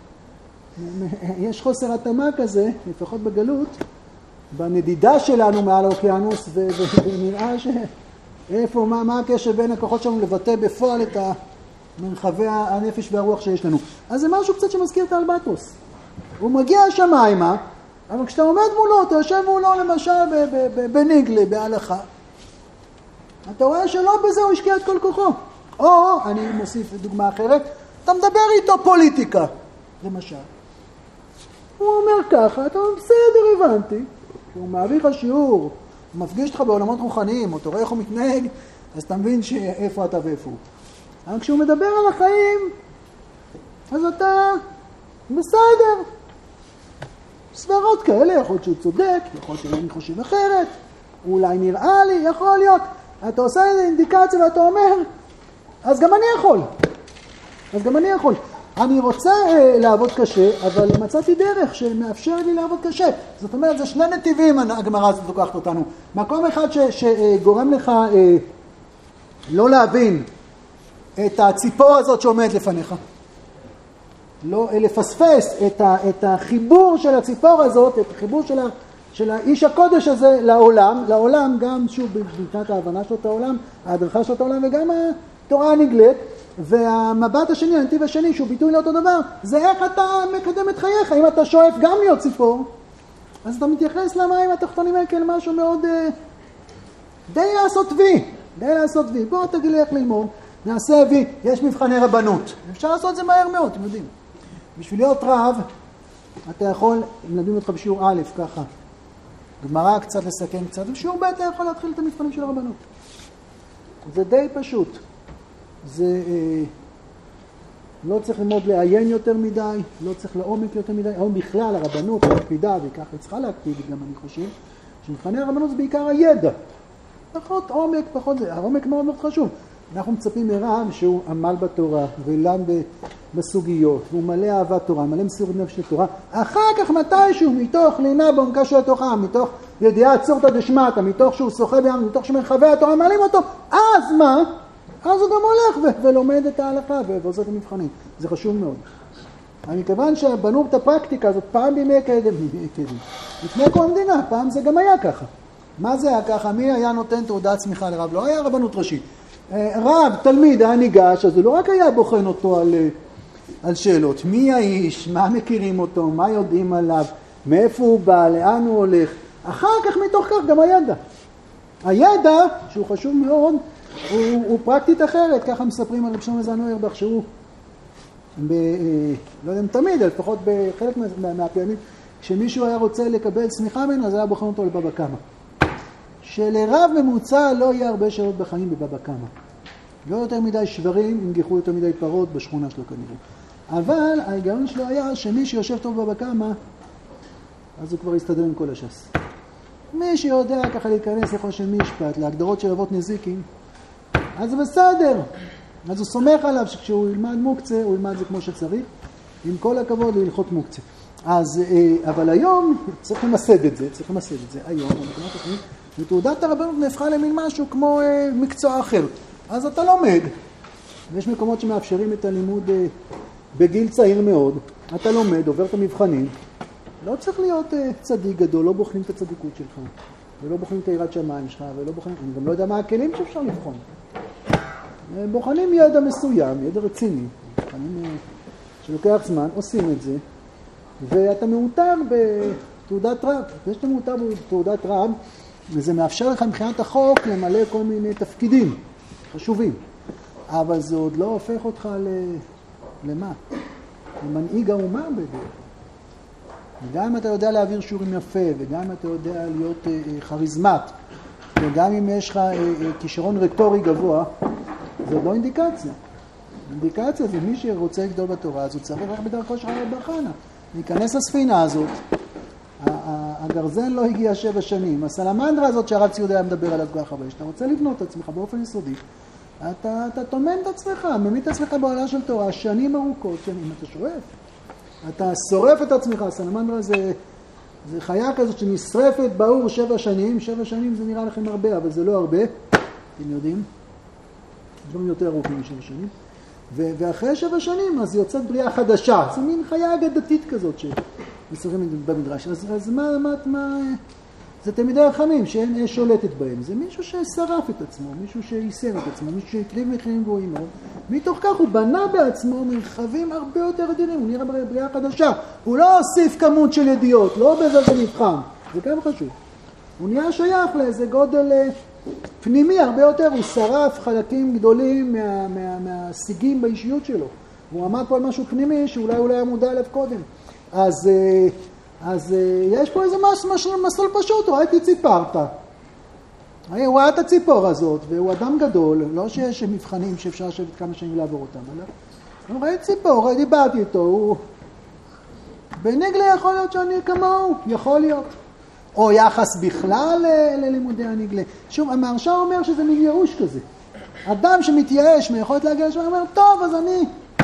יש חוסר התאמה כזה, לפחות בגלות, בנדידה שלנו מעל האוקיינוס, ונראה איפה, מה הקשר בין הכוחות שלנו לבטא בפועל את מרחבי הנפש והרוח שיש לנו. אז זה משהו קצת שמזכיר את האלבטרוס. הוא מגיע השמיימה, אבל כשאתה עומד מולו, אתה יושב מולו למשל בניגלה, בהלכה, אתה רואה שלא בזה הוא השקיע את כל כוחו. או, אני מוסיף דוגמה אחרת, אתה מדבר איתו פוליטיקה, למשל. הוא אומר ככה, אתה אומר, בסדר, הבנתי. הוא מעביר לך שיעור, הוא מפגיש אותך בעולמות רוחניים, או אתה רואה איך הוא מתנהג, אז אתה מבין איפה אתה ואיפה הוא. אבל כשהוא מדבר על החיים, אז אתה בסדר. סברות כאלה, יכול להיות שהוא צודק, יכול להיות שאני חושב אחרת, אולי נראה לי, יכול להיות. אתה עושה איזו אינדיקציה ואתה אומר, אז גם אני יכול. אז גם אני יכול. אני רוצה לעבוד קשה, אבל מצאתי דרך שמאפשרת לי לעבוד קשה. זאת אומרת, זה שני נתיבים, הגמרא הזאת לוקחת אותנו. מקום אחד שגורם לך לא להבין את הציפור הזאת שעומדת לפניך. לא לפספס את החיבור של הציפור הזאת, את החיבור של האיש הקודש הזה לעולם גם שוב בבחינת ההבנה של אותו העולם, ההדרכה של אותו העולם וגם התורה הנגלית. והמבט השני, הנתיב השני, שהוא ביטוי לאותו דבר, זה איך אתה מקדם את חייך. אם אתה שואף גם להיות ציפור, אז אתה מתייחס למים התחתונים האלה כאל משהו מאוד די לעשות וי. בוא תגיד לי איך ללמוד, נעשה וי, יש מבחני רבנות. אפשר לעשות את זה מהר מאוד, אתם יודעים. בשביל להיות רב, אתה יכול, אם נדעים אותך בשיעור א', ככה, גמרא קצת לסכם קצת, ובשיעור ב' אתה יכול להתחיל את המבחנים של הרבנות. זה די פשוט. זה לא צריך ללמוד לעיין יותר מדי, לא צריך לעומק יותר מדי, היום בכלל הרבנות להקפידה, וככה צריכה להקפיד גם אני חושב, שמבחני הרבנות זה בעיקר הידע. פחות עומק, פחות זה, העומק מאוד מאוד חשוב. אנחנו מצפים מרב שהוא עמל בתורה, ולן בסוגיות, והוא מלא אהבת תורה, מלא מסירות נפש לתורה. אחר כך מתישהו, מתוך לינה בעומקה של התורה, מתוך ידיעת צורתא דשמטא, מתוך שהוא שוחה בים, מתוך שמרחבי התורה, מעלים אותו, אז מה? אז הוא גם הולך ולומד את ההלכה ועושה את המבחנים. זה חשוב מאוד. מכיוון שבנו את הפרקטיקה הזאת פעם בימי קדם, לפני כל המדינה, פעם זה גם היה ככה. מה זה היה ככה? מי היה נותן תעודת סמיכה לרב? לא היה רבנות ראשית. רב, תלמיד, היה ניגש, אז הוא לא רק היה בוחן אותו על שאלות. מי האיש? מה מכירים אותו? מה יודעים עליו? מאיפה הוא בא? לאן הוא הולך? אחר כך מתוך כך גם הידע. הידע, שהוא חשוב מאוד, הוא פרקטית אחרת. ככה מספרים על רב שלמה זלמן אוירבך, שהוא, לא יודע אם תמיד, לפחות בחלק מהפעמים, כשמישהו היה רוצה לקבל סמיכה ממנו, אז היה בוחן אותו לבבא קמא. שלרב ממוצע לא יהיה הרבה שעות בחיים בבבא קמא. לא יותר מדי שברים, ינגחו יותר מדי פרות בשכונה שלו כנראה. אבל ההיגיון שלו היה שמי שיושב טוב בבבא קמא, אז הוא כבר יסתדר עם כל הש"ס. מי שיודע ככה להיכנס לחושן משפט, להגדרות של אבות נזיקים, אז זה בסדר. אז הוא סומך עליו שכשהוא ילמד מוקצה, הוא ילמד זה כמו שצריך, עם כל הכבוד להלכות מוקצה. אז, אבל היום צריך למסד את זה, היום, ותעודת הרבנות נהפכה למין משהו כמו מקצוע אחר. אז אתה לומד, ויש מקומות שמאפשרים את הלימוד בגיל צעיר מאוד, אתה לומד, עובר את המבחנים, לא צריך להיות צדיק גדול, לא בוחנים את הצדיקות שלך, ולא בוחנים את יראת שמיים שלך, ולא בוחנים, אני גם לא יודע מה הכלים שאפשר לבחון. בוחנים ידע מסוים, ידע רציני, בוחנים שלוקח זמן, עושים את זה, ואתה מאותר בתעודת רב. זה שאתה מאותר בתעודת רב, וזה מאפשר לך מבחינת החוק למלא כל מיני תפקידים חשובים. אבל זה עוד לא הופך אותך למה? למנהיג האומה בדרך. וגם אם אתה יודע להעביר שיעורים יפה, וגם אם אתה יודע להיות חריזמת, וגם אם יש לך כישרון רטורי גבוה, זה עוד לא אינדיקציה. אינדיקציה זה מי שרוצה לגדול בתורה, אז הוא צריך ללכת בדרכו של רבי בר חנא. להיכנס לספינה הזאת, הגרזן לא הגיע 7 שנים, הסלמנדרה הזאת שהרב ציודה היה מדבר עליו כל כך הרבה, שאתה רוצה לבנות את עצמך באופן יסודי, אתה תומן את עצמך, ממית את עצמך בעולה של תורה, שנים ארוכות, שנים, אתה שורף. אתה שורף את עצמך, הסלמנדרה זה חיה כזאת שנשרפת באור 7 שנים, 7 שנים זה נראה לכם הרבה, אבל זה לא הרבה, אתם יודעים, דברים יותר ארוכים מ7 שנים. ואחרי 7 שנים אז יוצאת בריאה חדשה, זה מין חיה אגדתית כזאת שמסתובבים במדרש. אז מה, זה תלמידי חכמים שאין שולטת בהם, זה מישהו ששרף את עצמו, מישהו שייסר את עצמו, מישהו שהקריב מחירים גבוהים מאוד, מתוך כך הוא בנה בעצמו מרחבים הרבה יותר עדינים, הוא נראה בריאה חדשה, הוא לא הוסיף כמות של ידיעות, לא בזה זה נבחן, זה גם חשוב. הוא נהיה שייך לאיזה גודל פנימי הרבה יותר, הוא שרף חלקים גדולים מהשיגים באישיות שלו. הוא עמד פה על משהו פנימי שאולי היה מודע אליו קודם. אז יש פה איזה מסלול פשוט, ראיתי ציפרת. הוא ראה את הציפור הזאת, והוא אדם גדול, לא שיש מבחנים שאפשר לשבת כמה שנים לעבור אותם, אלא הוא ראיתי ציפור, דיברתי איתו, הוא בנגלה יכול להיות שאני כמוהו, יכול להיות. או יחס בכלל ללימודי הנגלה. שוב, המהרש"א אומר שזה מין ייאוש כזה. אדם שמתייאש מיכולת להגיע לשם, אומר, טוב, אז אני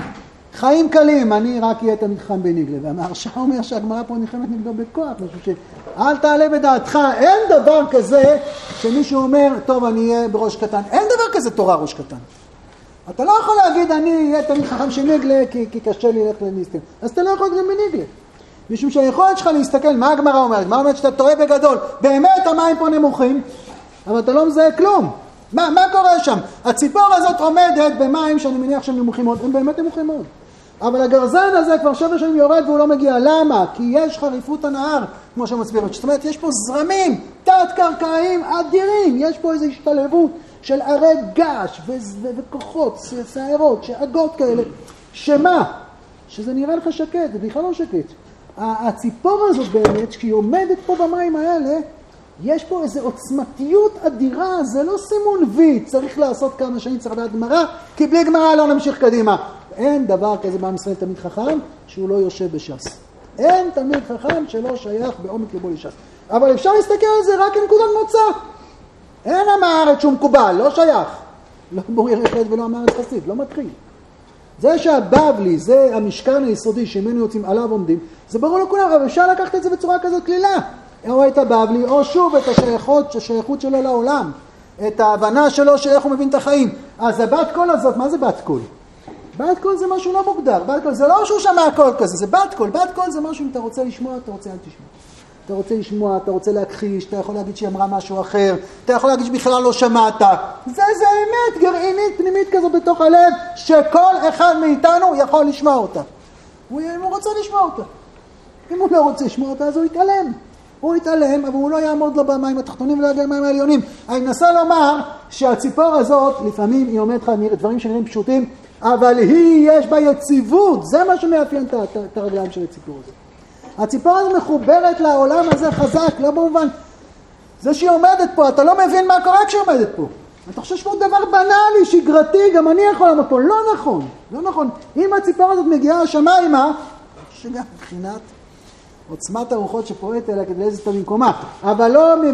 חיים קלים, אני רק אהיה תמיד חכם בנגלה. והמהרש"א אומר שהגמרא פה נלחמת נגדו בכוח, משהו שאל תעלה בדעתך, אין דבר כזה שמישהו אומר, טוב, אני אהיה בראש קטן. אין דבר כזה תורה ראש קטן. אתה לא יכול להגיד, אני אהיה תמיד חכם של נגלה, כי קשה לי ללכת לניסטים. אז אתה לא יכול גם בנגלה. משום שהיכולת שלך להסתכל, מה הגמרא אומרת? הגמרא אומרת שאתה טועה בגדול. באמת המים פה נמוכים, אבל אתה לא מזהה כלום. מה קורה שם? הציפור הזאת עומדת במים שאני מניח שהם נמוכים מאוד. הם באמת נמוכים מאוד. אבל הגרזן הזה כבר 7 שנים יורד והוא לא מגיע. למה? כי יש חריפות הנהר, כמו שמסביר. זאת אומרת, יש פה זרמים, תת-קרקעיים אדירים. יש פה איזו השתלבות של ערי געש וכוחות, שערות, שאגות כאלה. שמה? שזה נראה לך שקט, זה בכלל לא שקט. הציפור הזאת באמת, כשהיא עומדת פה במים האלה, יש פה איזו עוצמתיות אדירה, זה לא סימון וי, צריך לעשות כמה שנים, צריך לדעת גמרא, כי בלי גמרא לא נמשיך קדימה. אין דבר כזה בעם ישראל תמיד חכם שהוא לא יושב בש"ס. אין תמיד חכם שלא שייך בעומק ליבו לש"ס. אבל אפשר להסתכל על זה רק כנקודת מוצא. אין עם הארץ שהוא מקובל, לא שייך. לא בור ירחד ולא עם הארץ חסיד, לא מתחיל. זה שהבבלי, זה המשכן היסודי שמנו יוצאים עליו עומדים, זה ברור לכולם, אבל אפשר לקחת את זה בצורה כזאת כלילה. או את הבבלי, או שוב את השייכות שלו לעולם, את ההבנה שלו שאיך הוא מבין את החיים. אז הבת קול הזאת, מה זה בת קול? בת קול זה משהו לא מוגדר, בת קול זה לא שהוא שמע קול כזה, זה בת קול. בת קול זה משהו אם אתה רוצה לשמוע, אתה רוצה אל תשמע. אתה רוצה לשמוע, אתה רוצה להכחיש, אתה יכול להגיד שהיא אמרה משהו אחר, אתה יכול להגיד שבכלל לא שמעת. זה אמת גרעינית פנימית כזו בתוך הלב, שכל אחד מאיתנו יכול לשמוע אותה. הוא רוצה לשמוע אותה. אם הוא לא רוצה לשמוע אותה, אז הוא יתעלם. הוא יתעלם, אבל הוא לא יעמוד לו במים התחתונים ולא יגיע למים העליונים. אני מנסה לומר שהציפור הזאת, לפעמים היא עומדת לך דברים שנראים פשוטים, אבל יש בה יציבות. זה מה שמאפיין את הרגליים של הציפור הזאת. הציפור הזאת מחוברת לעולם הזה חזק, לא במובן. זה שהיא עומדת פה, אתה לא מבין מה קורה כשהיא עומדת פה. אתה חושב שהוא דבר בנאלי, שגרתי, גם אני יכול לעמוד פה. לא נכון, לא נכון. אם הציפור הזאת מגיעה השמיימה, שגם מבחינת עוצמת הרוחות שפועלת אליה כדי לזאת במקומה, אבל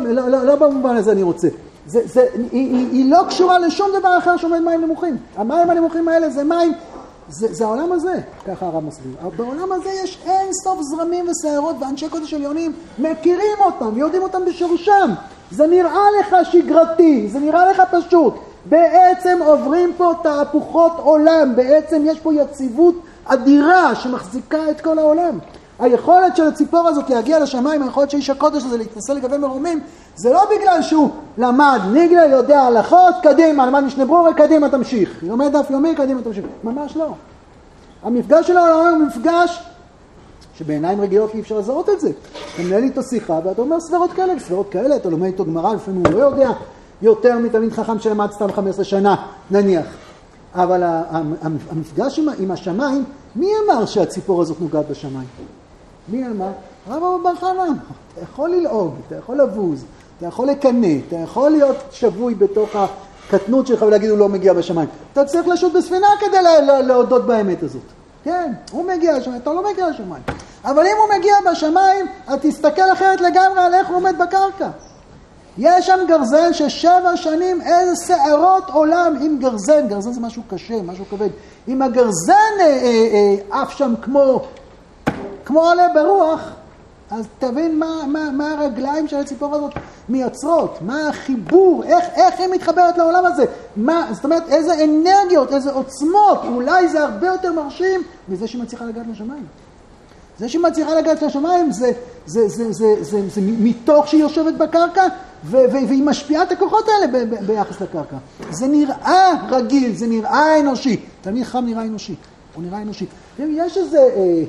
לא במובן הזה אני רוצה. היא לא קשורה לשום דבר אחר שעומד מים נמוכים. המים הנמוכים האלה זה מים זה העולם הזה, ככה הרב מסביר. בעולם הזה יש אין סוף זרמים וסערות, ואנשי קודש עליונים מכירים אותם, ויודעים אותם בשורשם. זה נראה לך שגרתי, זה נראה לך פשוט. בעצם עוברים פה תהפוכות עולם, בעצם יש פה יציבות אדירה שמחזיקה את כל העולם. היכולת של הציפור הזאת להגיע לשמיים, היכולת של איש הקודש הזה להתנסה לגבי מרומים, זה לא בגלל שהוא למד, ניגלה, יודע הלכות, קדימה, למד משנה ברורה, קדימה תמשיך. לומד דף יומי, קדימה תמשיך. ממש לא. המפגש של העולם הוא מפגש שבעיניים רגילות אי אפשר לזהות את זה. אתה מנהל איתו שיחה ואתה אומר סברות כאלה, אתה לומד איתו גמרא, לפעמים הוא לא יודע יותר מתלמיד חכם שלמד סתם 15 שנה, נניח. אבל המפגש עם השמיים, מי אמר שהציפור הזאת נוגעת בשמיים? מי אמר? הרב בר חנא. אתה יכול ללעוג, אתה יכול לבוז, אתה יכול לקנא, אתה יכול להיות שבוי בתוך הקטנות שלך ולהגיד הוא לא מגיע בשמיים. אתה צריך לשוט בספינה כדי להודות באמת הזאת. כן, הוא מגיע לשמיים, אתה לא מגיע לשמיים. אבל אם הוא מגיע בשמיים, אתה תסתכל אחרת לגמרי על איך הוא עומד בקרקע. יש שם גרזן ש7 שנים איזה שערות עולם עם גרזן. גרזן זה משהו קשה, משהו כבד. אם הגרזן אף שם כמו עולה ברוח, אז תבין מה הרגליים של הציפור הזאת מייצרות, מה החיבור, איך היא מתחברת לעולם הזה, זאת אומרת, איזה אנרגיות, איזה עוצמות, אולי זה הרבה יותר מרשים מזה שהיא מצליחה לגעת לשמיים. זה שהיא מצליחה לגעת לשמיים זה מתוך שהיא יושבת בקרקע והיא משפיעה את הכוחות האלה ביחס לקרקע. זה נראה רגיל, זה נראה אנושי. תלמיד חכם נראה אנושי, הוא נראה אנושי. יש איזה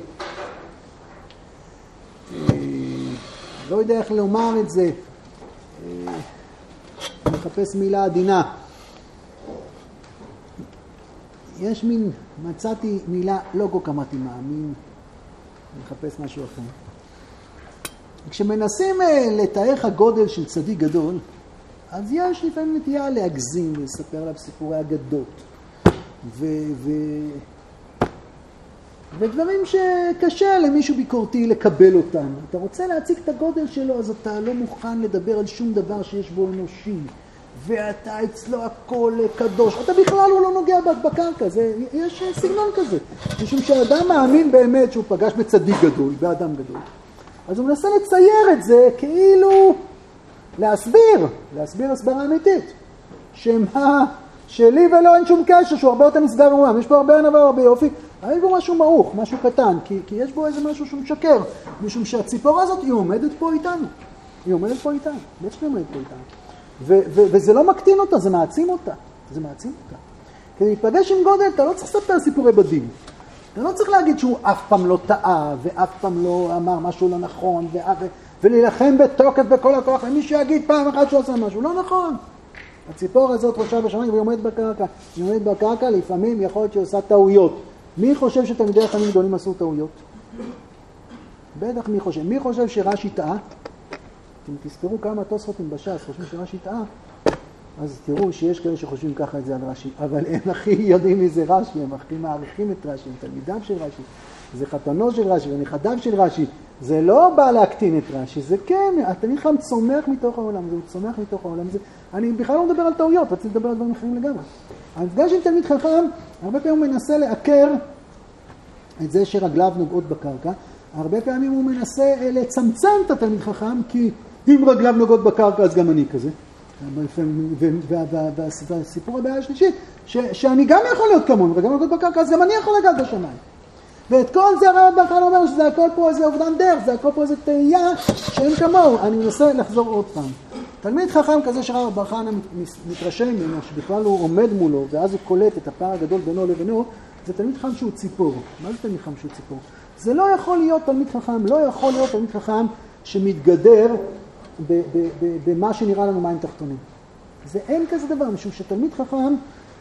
לא יודע איך לומר את זה, מחפש מילה עדינה. יש מצאתי מילה לא כל כך מתאימה, מחפש משהו אחר. כשמנסים לתאר הגודל של צדיק גדול, אז יש לפעמים נטייה להגזים ולספר עליו סיפורי אגדות. ודברים שקשה למישהו ביקורתי לקבל אותם. אתה רוצה להציג את הגודל שלו, אז אתה לא מוכן לדבר על שום דבר שיש בו אנושי. ואתה אצלו הכל קדוש. אתה בכלל הוא לא נוגע בקרקע. יש סגנון כזה. משום שהאדם מאמין באמת שהוא פגש בצדיק גדול, באדם גדול. אז הוא מנסה לצייר את זה כאילו להסביר הסברה אמיתית. שמה שלי ולא אין שום קשר, שהוא הרבה יותר נסגר רועם. יש פה הרבה ענווה, הרבה יופי. אבל יש בו משהו מעוך, משהו קטן, כי יש בו איזה משהו שהוא משקר. משום שהציפור הזאת היא עומדת פה איתנו. היא עומדת פה איתנו. בטח שהיא עומדת פה איתנו. וזה לא מקטין אותה, זה מעצים אותה. זה מעצים אותה. כדי להיפגש עם גודל, אתה לא צריך לספר סיפורי בדים. אתה לא צריך להגיד שהוא אף פעם לא טעה, ואף פעם לא אמר משהו לא נכון, ולהילחם בתוקף בכל הכוח, ומי שיגיד פעם אחת שהוא עושה משהו. לא נכון. הציפור הזאת ראשה בשמיים והיא עומדת בקרקע. היא עומדת בקרקע, לפעמים יכול להיות שהיא עושה טעויות. מי חושב שתלמידי חכמים גדולים עשו טעויות? בטח מי חושב. מי חושב שרש"י טעה? אתם תזכרו כמה תוספות בש"ס חושבים שרש"י טעה, אז תראו שיש כאלה שחושבים ככה את זה על רש"י, אבל הם הכי יודעים מי זה רש"י, הם הכי מעריכים את רש"י, הם תלמידיו של רש"י, זה חתנו של רש"י ונכדיו של רש"י. זה לא בא להקטין את רש"י, זה כן, התלמיד חכם צומח מתוך העולם, זה הוא צומח מתוך העולם, זה, אני בכלל לא מדבר על טעויות, רציתי לדבר על דברים אחרים לגמרי. המפגש עם תלמיד חכם, הרבה פעמים הוא מנסה לעקר את זה שרגליו נוגעות בקרקע, הרבה פעמים הוא מנסה לצמצם את התלמיד חכם, כי אם רגליו נוגעות בקרקע אז גם אני כזה. והסיפור הבעיה השלישית, שאני גם יכול להיות כמון, וגם נוגעות בקרקע, אז גם אני יכול לגעת בשמיים. ואת כל זה הרב בר חנא אומר שזה הכל פה איזה אובדן דרך, זה הכל פה איזה תהייה שאין כמוהו. אני מנסה לחזור עוד פעם. תלמיד חכם כזה שהרב בר חנא מתרשם ממנו, שבכלל הוא עומד מולו, ואז הוא קולט את הפער הגדול בינו לבינו, זה תלמיד חכם שהוא ציפור. מה זה תלמיד חכם שהוא ציפור? זה לא יכול להיות תלמיד חכם, לא יכול להיות תלמיד חכם שמתגדר במה שנראה לנו מים תחתונים. זה אין כזה דבר, משום שתלמיד חכם,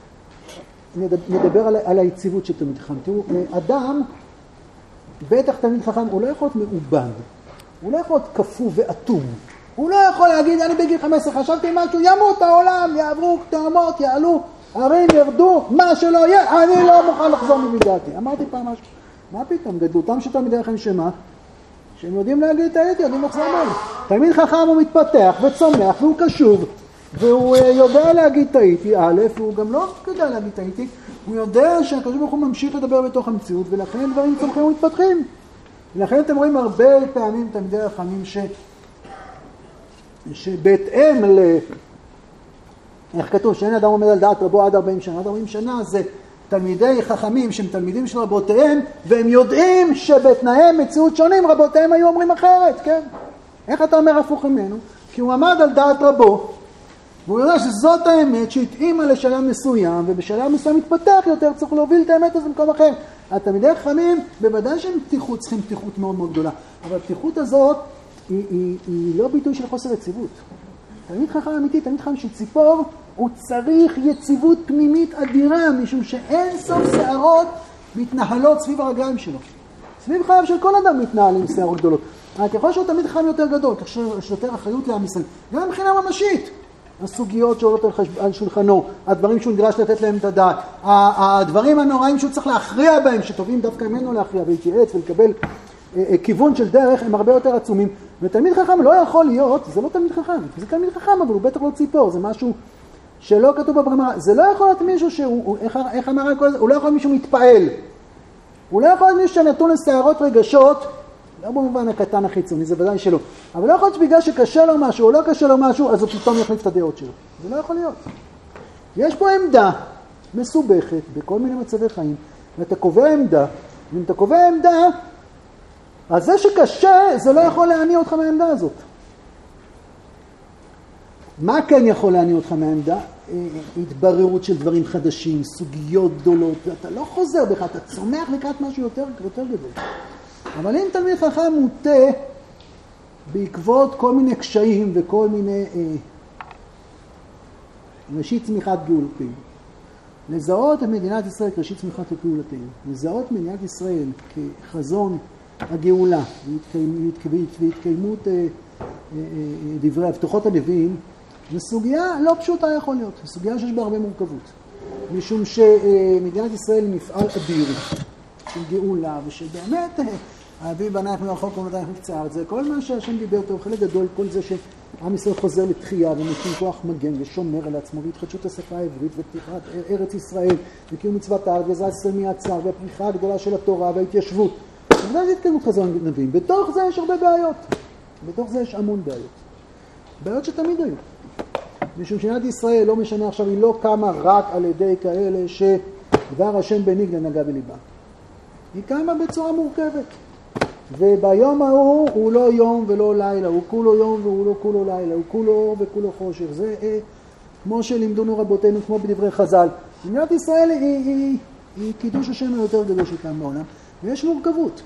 נדבר על היציבות של תלמיד חכם. תראו, אדם, בטח תלמיד חכם, הוא לא יכול להיות מעובד. הוא לא יכול להיות כפו ואטום. הוא לא יכול להגיד, אני בגיל 15 חשבתי משהו, ימות העולם, יעברו תאומות, יעלו, הרים ירדו, מה שלא יהיה, אני לא מוכן לחזור ממידעתי. אמרתי פעם משהו, מה פתאום? גדלותם של תלמידי חכם שמה? שהם יודעים להגיד טעיתי, יודעים לחזור בהם. תלמיד חכם הוא מתפתח וצומח והוא קשוב, והוא יודע להגיד טעיתי, א', הוא גם לא יודע להגיד טעיתי, הוא יודע שהקדוש ברוך הוא ממשיך לדבר בתוך המציאות, ולכן דברים צומחים ומתפתחים. ולכן אתם רואים הרבה פעמים תלמידי חכמים שבהתאם איך כתוב, שאין אדם עומד על דעת רבו עד 40 שנה. עד 40 שנה זה תלמידי חכמים שהם תלמידים של רבותיהם, והם יודעים שבתנאי מציאות שונים רבותיהם היו אומרים אחרת, כן? איך אתה אומר הפוך ממנו? כי הוא עמד על דעת רבו, והוא יודע שזאת האמת שהתאימה לשלם מסוים, ובשלם מסוים מתפתח יותר, צריך להוביל את האמת הזה במקום אחר. התלמידי חכמים, בוודאי שהם צריכים פתיחות מאוד מאוד גדולה, אבל הפתיחות הזאת היא לא ביטוי של חוסר יציבות. תלמיד חכם אמיתי, תלמיד חכם של ציפור, הוא צריך יציבות פנימית אדירה, משום שאין סוף שערות מתנהלות סביב הרגליים שלו. סביב חייו של כל אדם מתנהלים שערות גדולות. ככל שהוא תלמיד חכם יותר גדול, כך שיש יותר אחריות לעם ישראל, גם מבחינה ממשית. הסוגיות שעולות על שולחנו, הדברים שהוא נדרש לתת להם את הדעת, הדברים הנוראים שהוא צריך להכריע בהם, שטובים דווקא ממנו להכריע ולהתייעץ ולקבל כיוון של דרך, הם הרבה יותר עצומים. ותלמיד חכם לא יכול להיות, זה לא תלמיד חכם, זה תלמיד חכם, אבל הוא בטח לא ציפור, זה משהו שלא כתוב בברמרא. זה לא יכול להיות מישהו שהוא, איך אמר הכל הזה? הוא לא יכול להיות מישהו מתפעל. הוא לא יכול להיות מישהו שנתון לסערות רגשות, לא במובן הקטן החיצוני, זה ודאי שלא. אבל לא יכול להיות שבגלל שקשה לו משהו או לא קשה לו משהו, אז הוא פתאום יחליף את הדעות שלו. זה לא יכול להיות. יש פה עמדה מסובכת בכל מיני מצבי חיים, ואתה קובע עמדה, ואם אתה קובע עמדה, אז זה שקשה, זה לא יכול להניע אותך מהעמדה הזאת. מה כן יכול להניע אותך מהעמדה? התבררות של דברים חדשים, סוגיות גדולות, ואתה לא חוזר בך, אתה צומח לקראת משהו יותר גדול. אבל אם תלמיד חכם מוטה בעקבות כל מיני קשיים וכל מיני ראשית צמיחת גאולתנו, לזהות את מדינת ישראל כראשית צמיחת גאולתנו, לזהות מדינת ישראל כחזון הגאולה והתקיימות דברי הבטחות הנביאים, זו סוגיה לא פשוטה יכול להיות, זו סוגיה שיש בה הרבה מורכבות, משום שמדינת ישראל היא מפעל אדיר של גאולה, ושבאמת האבי בנה את מרחוק ומתי חפצי הארץ, זה כל מה שהשם דיבר טוב, חלק גדול, כל זה שעם ישראל חוזר לתחייה ומקים כוח מגן ושומר על עצמו, והתחדשות השפה העברית ופתיחת ארץ ישראל וקיום מצוות הארץ ועזרת ישראל מהצער והפריחה הגדולה של התורה וההתיישבות. ובדרך זה התקיימות חזון נביאים. בתוך זה יש הרבה בעיות, בתוך זה יש המון בעיות, בעיות שתמיד היו. משום שמדינת ישראל לא משנה עכשיו, היא לא קמה רק על ידי כאלה שדבר השם בניג לנגע בליבה. היא קמה בצורה מורכבת. וביום ההוא הוא לא יום ולא לילה, הוא כולו יום והוא לא כולו לילה, הוא כולו אור וכולו חושך. זה כמו שלימדונו רבותינו, כמו בדברי חז"ל. מדינת ישראל היא קידוש השם היותר גדול שקם בעולם, ויש מורכבות.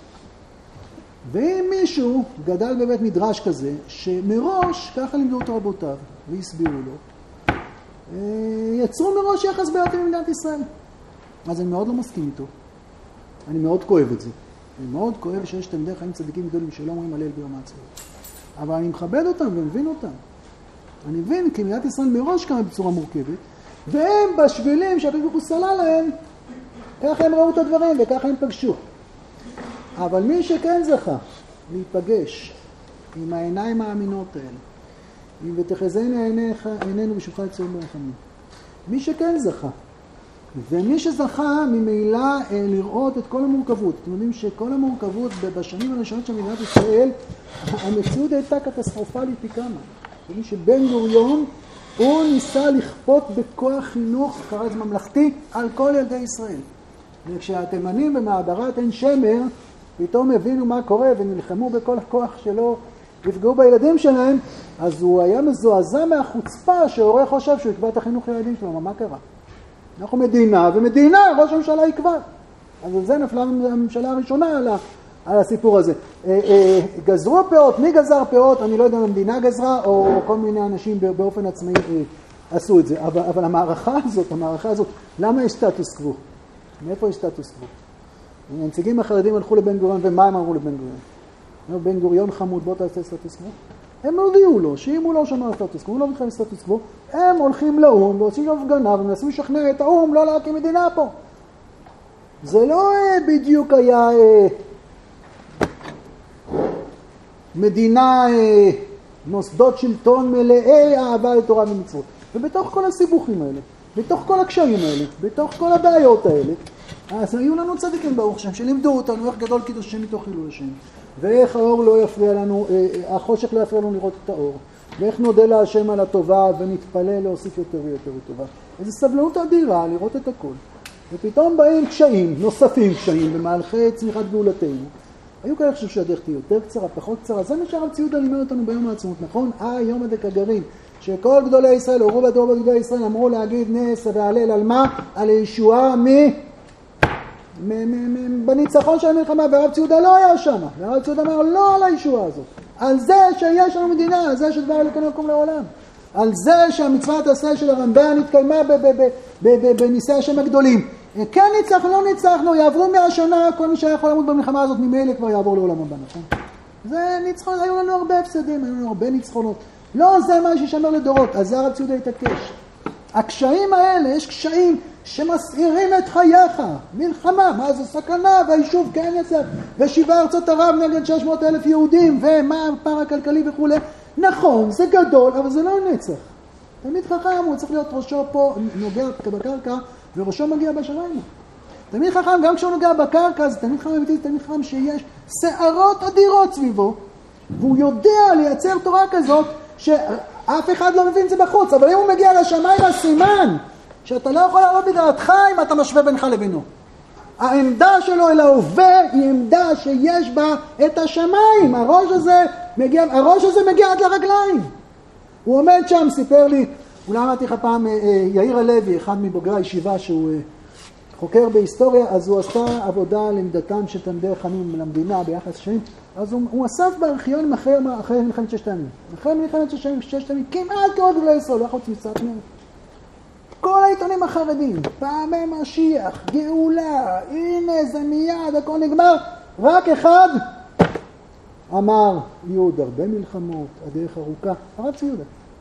ואם מישהו גדל בבית מדרש כזה, שמראש, ככה לימדו אותו רבותיו, והסבירו לו, יצרו מראש יחס בעיות עם מדינת ישראל. אז אני מאוד לא מסכים איתו. אני מאוד כואב את זה. אני מאוד כואב שיש תלמידי חיים צדיקים גדולים שלא אומרים הלל ביום העצמאות. אבל אני מכבד אותם ומבין אותם. אני מבין כי מדינת ישראל מראש קמה בצורה מורכבת, והם בשבילים שהקדוש ברוך הוא סלל להם, ככה הם ראו את הדברים וככה הם פגשו. אבל מי שכן זכה להיפגש עם העיניים האמינות האלה, אם ותחזינה עינינו בשובך לציון ברחמים, מי שכן זכה, ומי שזכה ממילא לראות את כל המורכבות. אתם יודעים שכל המורכבות בשנים הראשונות של מדינת ישראל, המציאות הייתה קטסטרופלית פי כמה. ומי שבן גוריון, הוא ניסה לכפות בכוח חינוך, קרא לזה ממלכתי, על כל ילדי ישראל. וכשהתימנים במעברת עין שמר, פתאום הבינו מה קורה ונלחמו בכל הכוח שלו, יפגעו בילדים שלהם, אז הוא היה מזועזע מהחוצפה שההורה חושב שהוא יקבע את החינוך לילדים שלו. מה קרה? אנחנו מדינה, ומדינה ראש הממשלה יקבע. אז על זה נפלה הממשלה הראשונה על הסיפור הזה. גזרו פאות, מי גזר פאות? אני לא יודע אם המדינה גזרה, או כל מיני אנשים באופן עצמאי עשו את זה. אבל המערכה הזאת, למה יש סטטוס קוו? מאיפה יש סטטוס קוו? הנציגים החרדים הלכו לבן גוריון, ומה הם אמרו לבן גוריון? בן גוריון חמוד, בוא תעשה סטטוס קוו. הם הודיעו לו, שאם הוא לא שומר סטטוס קוו, הוא לא מתחיל סטטוס קוו, הם הולכים לאום ועושים הפגנה ומנסים לשכנע את האום לא להקים מדינה פה. זה לא בדיוק היה מדינה, מוסדות שלטון מלאי אהבה לתורה ומצוות. ובתוך כל הסיבוכים האלה, בתוך כל הקשיים האלה, בתוך כל הבעיות האלה, אז היו לנו צדיקים ברוך שם, שלימדו אותנו איך גדול קידוש השם מתוך חילול השם, ואיך האור לא יפריע לנו, החושך לא יפריע לנו לראות את האור, ואיך נודה להשם על הטובה ונתפלל להוסיף יותר ויותר טובה. איזו סבלנות אדירה לראות את הכל. ופתאום באים קשיים, נוספים קשיים, במהלכי צמיחת גאולתנו. היו כאלה חושב שהדרך תהיה יותר קצרה, פחות קצרה, זה מה שהרב ציודה לימד אותנו ביום העצמאות, נכון? יום הדקגרין, שכל גדולי ישראל, או רוב הדור בגדולי ישראל, אמרו להגיד נס והלל על מה? על הישועה בניצחון של המלחמה, והרב ציודה לא היה שם, והרב ציודה אמר לא על הישועה הזאת, על זה שיש לנו מדינה, על זה שדבר אלוקינו יקום לעולם, על זה שהמצוות עשה של הרמב"ן התקיימה בניסי השם הגדולים. כן ניצחנו, לא ניצחנו, יעברו 100 שנה, כל מי שיכול למות במלחמה הזאת ממילא כבר יעבור לעולם הבא, נכון? זה ניצחון, היו לנו הרבה הפסדים, היו לנו הרבה ניצחונות. לא זה מה שישמר לדורות, אז זה הרב ציודה התעקש. הקשיים האלה, יש קשיים שמסעירים את חייך, מלחמה, מה זה סכנה, והיישוב כן יצא, ושבעה ארצות ערב נגד 600,000 יהודים, ומה הפער הכלכלי וכו'. נכון, זה גדול, אבל זה לא נצח. תמיד חכם, הוא צריך להיות ראשו פה, נוגע בקרקע, וראשו מגיע בשמיים. תמיד חכם, גם כשהוא נוגע בקרקע, זה תמיד חכם אמיתי, תמיד חכם שיש שערות אדירות סביבו, והוא יודע לייצר תורה כזאת, שאף אחד לא מבין את זה בחוץ, אבל אם הוא מגיע לשמיים, הסימן שאתה לא יכול לעלות בדעתך אם אתה משווה בינך לבינו. העמדה שלו אל ההווה היא עמדה שיש בה את השמיים. הראש הזה מגיע עד לרגליים. הוא עומד שם, סיפר לי, אולי אמרתי לך פעם, יאיר הלוי, אחד מבוגרי הישיבה שהוא חוקר בהיסטוריה, אז הוא עשה עבודה למדתם של תלמידי חכמים למדינה ביחס שנים, אז הוא אסף בארכיון אחרי מלחמת ששת הימים. אחרי מלחמת ששת הימים, כמעט כל גדולי ישראל, לא יכול להיות מצוות כל העיתונים החרדים, פעמי משיח, גאולה, הנה זה מיד, הכל נגמר, רק אחד אמר, יהיו עוד הרבה מלחמות, הדרך ארוכה, הרב ציודה.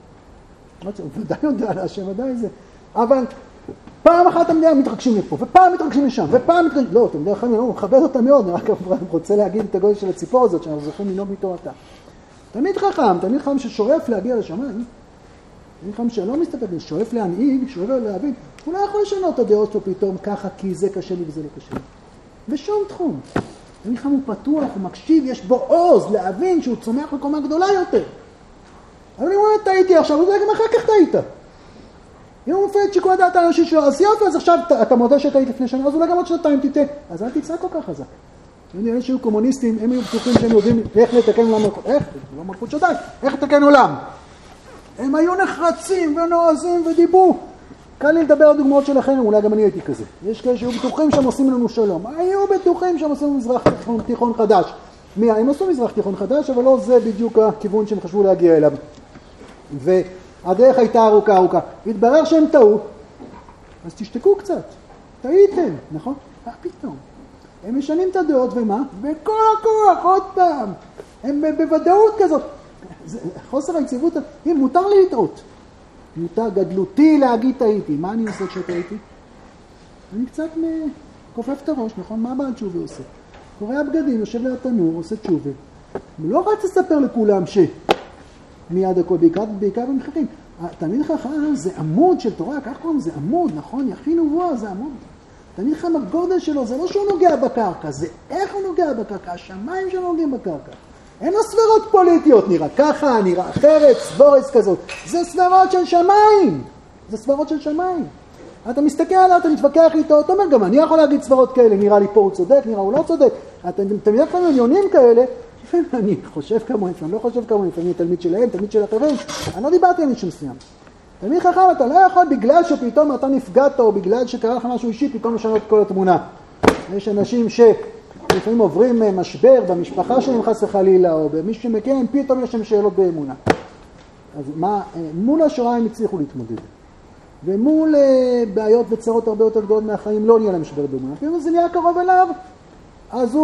ודאי יודע על השם, ודאי זה. אבל פעם אחת המדינה מתרגשים לפה, ופעם מתרגשים לשם, ופעם מתרגשים... לא, אתם יודעים, אני מכבד אותה מאוד, אני רק רוצה להגיד את הגודל של הציפור הזאת, שאנחנו זוכים לנהוג מתורתה. תמיד חכם ששואף להגיע לשמיים, תמיד חכם שלא מסתפק, שואף להנהיג, שואף להבין, הוא לא יכול לשנות את הדעות שלו פתאום ככה, כי זה קשה לי וזה לא קשה לי. בשום תחום. תמיד חכם הוא פתוח, הוא מקשיב, יש בו עוז להבין שהוא צומח לקומה גדולה יותר. אבל אם הוא אומר, טעיתי עכשיו, הוא גם אחר כך טעית. אם הוא מפעיל את שיקול הדעת האנושי שלו, אז יופי, אז עכשיו אתה מודה שטעית לפני שנה, אז אולי גם עוד שנתיים תיתה. אז אל תצעק כל כך חזק. אלה שהיו קומוניסטים, הם היו בטוחים שהם יודעים איך לתקן עולם מלכות. איך? לא מלכות שדי. איך לתקן עולם? הם היו נחרצים ונועזים ודיברו. קל לי לדבר על דוגמאות שלכם, אולי גם אני הייתי כזה. יש כאלה שהיו בטוחים שהם עושים לנו שלום. היו בטוחים שהם עושים מזרח תיכון חדש. הם עשו מזרח תיכון חדש, אבל לא זה בדיוק הכיוון שהם חשבו להגיע אליו. והדרך הייתה ארוכה. התברר שהם טעו, אז תשתקו קצת. טעיתם, נכון? פתאום. הם משנים את הדעות, ומה? בכל הכוח, עוד פעם. הם בוודאות כזאת. חוסר היציבות, אם מותר לי לטעות. מותר גדלותי להגיד טעיתי. מה אני עושה כשטעיתי? אני קצת כופף את הראש, נכון? מה בעל תשובה עושה? קורא הבגדים, יושב ליד תנור, עושה תשובה. הוא לא רק תספר לכולם מיד הכל, בעיקר במחרים. תלמיד חכם זה עמוד של תורה, כך קוראים, זה עמוד, נכון? יכין ובוא, זה עמוד. תלמיד חכם הגודל שלו, זה לא שהוא נוגע בקרקע, זה איך הוא נוגע בקרקע, השמיים שנוגעים בקרקע. אין לו סברות פוליטיות, נראה ככה, נראה אחרת, סבורס כזאת. זה סברות של שמיים. זה סברות של שמיים. אתה מסתכל עליו, אתה מתווכח איתו, אתה אומר, גם אני יכול להגיד סברות כאלה, נראה לי פה הוא צודק, נראה הוא לא צודק. תלמיד חכם עניונים כאלה, אני חושב כמוהם, אני לא חושב כמוהם, לפעמים תלמיד שלהם, תלמיד של אחרים, אני לא דיברתי על מישהו מסוים. תלמיד חכם, אתה לא יכול בגלל שפתאום אתה נפגעת, או בגלל שקרה לך משהו אישי, פתאום לשנות כל התמונה. יש אנשים שלפעמים עוברים משבר במשפחה שלהם חס וחלילה, או במישהו שמכן, פתאום יש להם שאלות באמונה. אז מול השואה הם הצליחו להתמודד. ומול בעיות וצרות הרבה יותר גדולות מהחיים, לא נהיה להם משבר באמונה. אם זה נהיה קרוב אליו, אז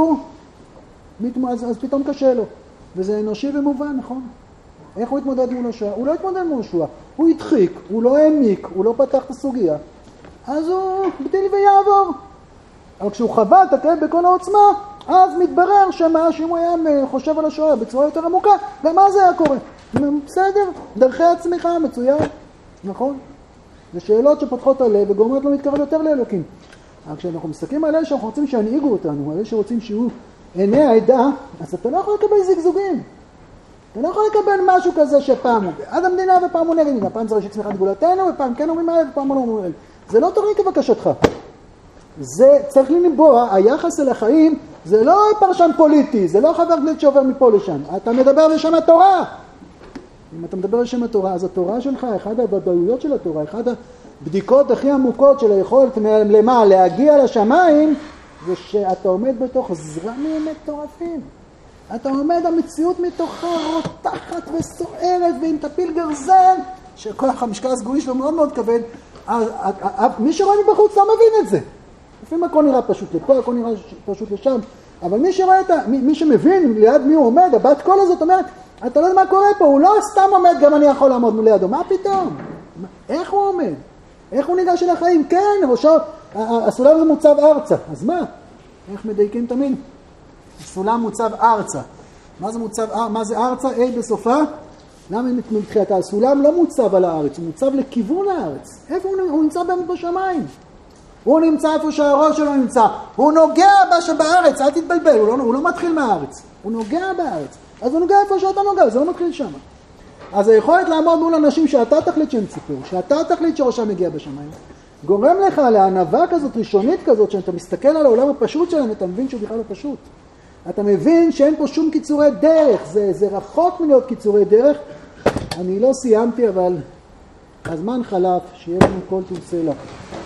פתאום קשה לו. וזה אנושי ומובן, נכון? איך הוא התמודד מול השואה? הוא לא התמודד מול השואה. הוא הדחיק, הוא לא העמיק, הוא לא פתח את הסוגיה. אז הוא בדיל ויעבור. אבל כשהוא חווה את הכאב בכל העוצמה, אז מתברר שאם הוא היה חושב על השואה בצורה יותר עמוקה, גם אז זה היה קורה. בסדר, דרכי הצמיחה מצוין, נכון? זה שאלות שפותחות הלב וגורמות לו להתקרב יותר לאלוקים. אבל כשאנחנו מסתכלים על אלה שאנחנו רוצים שינהיגו אותנו, על אלה שרוצים שיהיו עיני העדה, אז אתה לא יכול לקבל זיגזוגים. אתה לא יכול לקבל משהו כזה שפעם הוא בעד המדינה ופעם הוא נגד המדינה. פעם זה ראשית צמיחת גאולתנו ופעם כן אומרים אלה ופעם לא אומרים אלה. זה לא תורי כבקשתך. זה צריך לנבוע, היחס אל החיים זה לא פרשן פוליטי, זה לא חבר כנסת שעובר מפה לשם. אתה מדבר בשם התורה. אם אתה מדבר בשם התורה, אז התורה שלך, אחד הוודאויות של התורה, אחד הבדיקות הכי עמוקות של היכולת למה, להגיע לשמיים, זה שאתה עומד בתוך זרמים מטורפים. אתה עומד, המציאות מתוכה רותחת וסוערת, ואם תפיל גרזן, שכל המשקל הסגולי שלו מאוד מאוד כבד, מי שרואה מבחוץ לא מבין את זה. לפעמים הכל נראה פשוט לפה, הכל נראה פשוט לשם, אבל מי שמבין ליד מי הוא עומד, הבת קול הזאת אומרת, אתה לא יודע מה קורה פה, הוא לא סתם עומד, גם אני יכול לעמוד לידו, מה פתאום? איך הוא עומד? איך הוא ניגש אל החיים? כן, ראשו, הסולם זה מוצב ארצה, אז מה? איך מדייקים תמיד? הסולם מוצב ארצה. מה זה ארצה? A בסופה? למה מתחילתה? הסולם לא מוצב על הארץ, הוא מוצב לכיוון הארץ. איפה הוא נמצא באמת בשמיים? הוא נמצא איפה שהראש שלו נמצא. הוא נוגע בארץ, אל תתבלבל, הוא לא מתחיל מהארץ. הוא נוגע בארץ. אז הוא נוגע איפה שאתה נוגע, זה לא מתחיל שם. אז היכולת לעמוד מול אנשים שאתה תחליט שהם ציפור, שאתה תחליט שראשם מגיע בשמיים, גורם לך לענווה כזאת, ראשונית כזאת, שאתה מסתכל על העולם הפשוט שלהם, אתה מבין שהוא בכלל לא פשוט. אתה מבין שאין פה שום קיצורי דרך, זה רחוק מלהיות קיצורי דרך. אני לא סיימתי, אבל הזמן חלף, שיהיה לנו כל טוב סלע.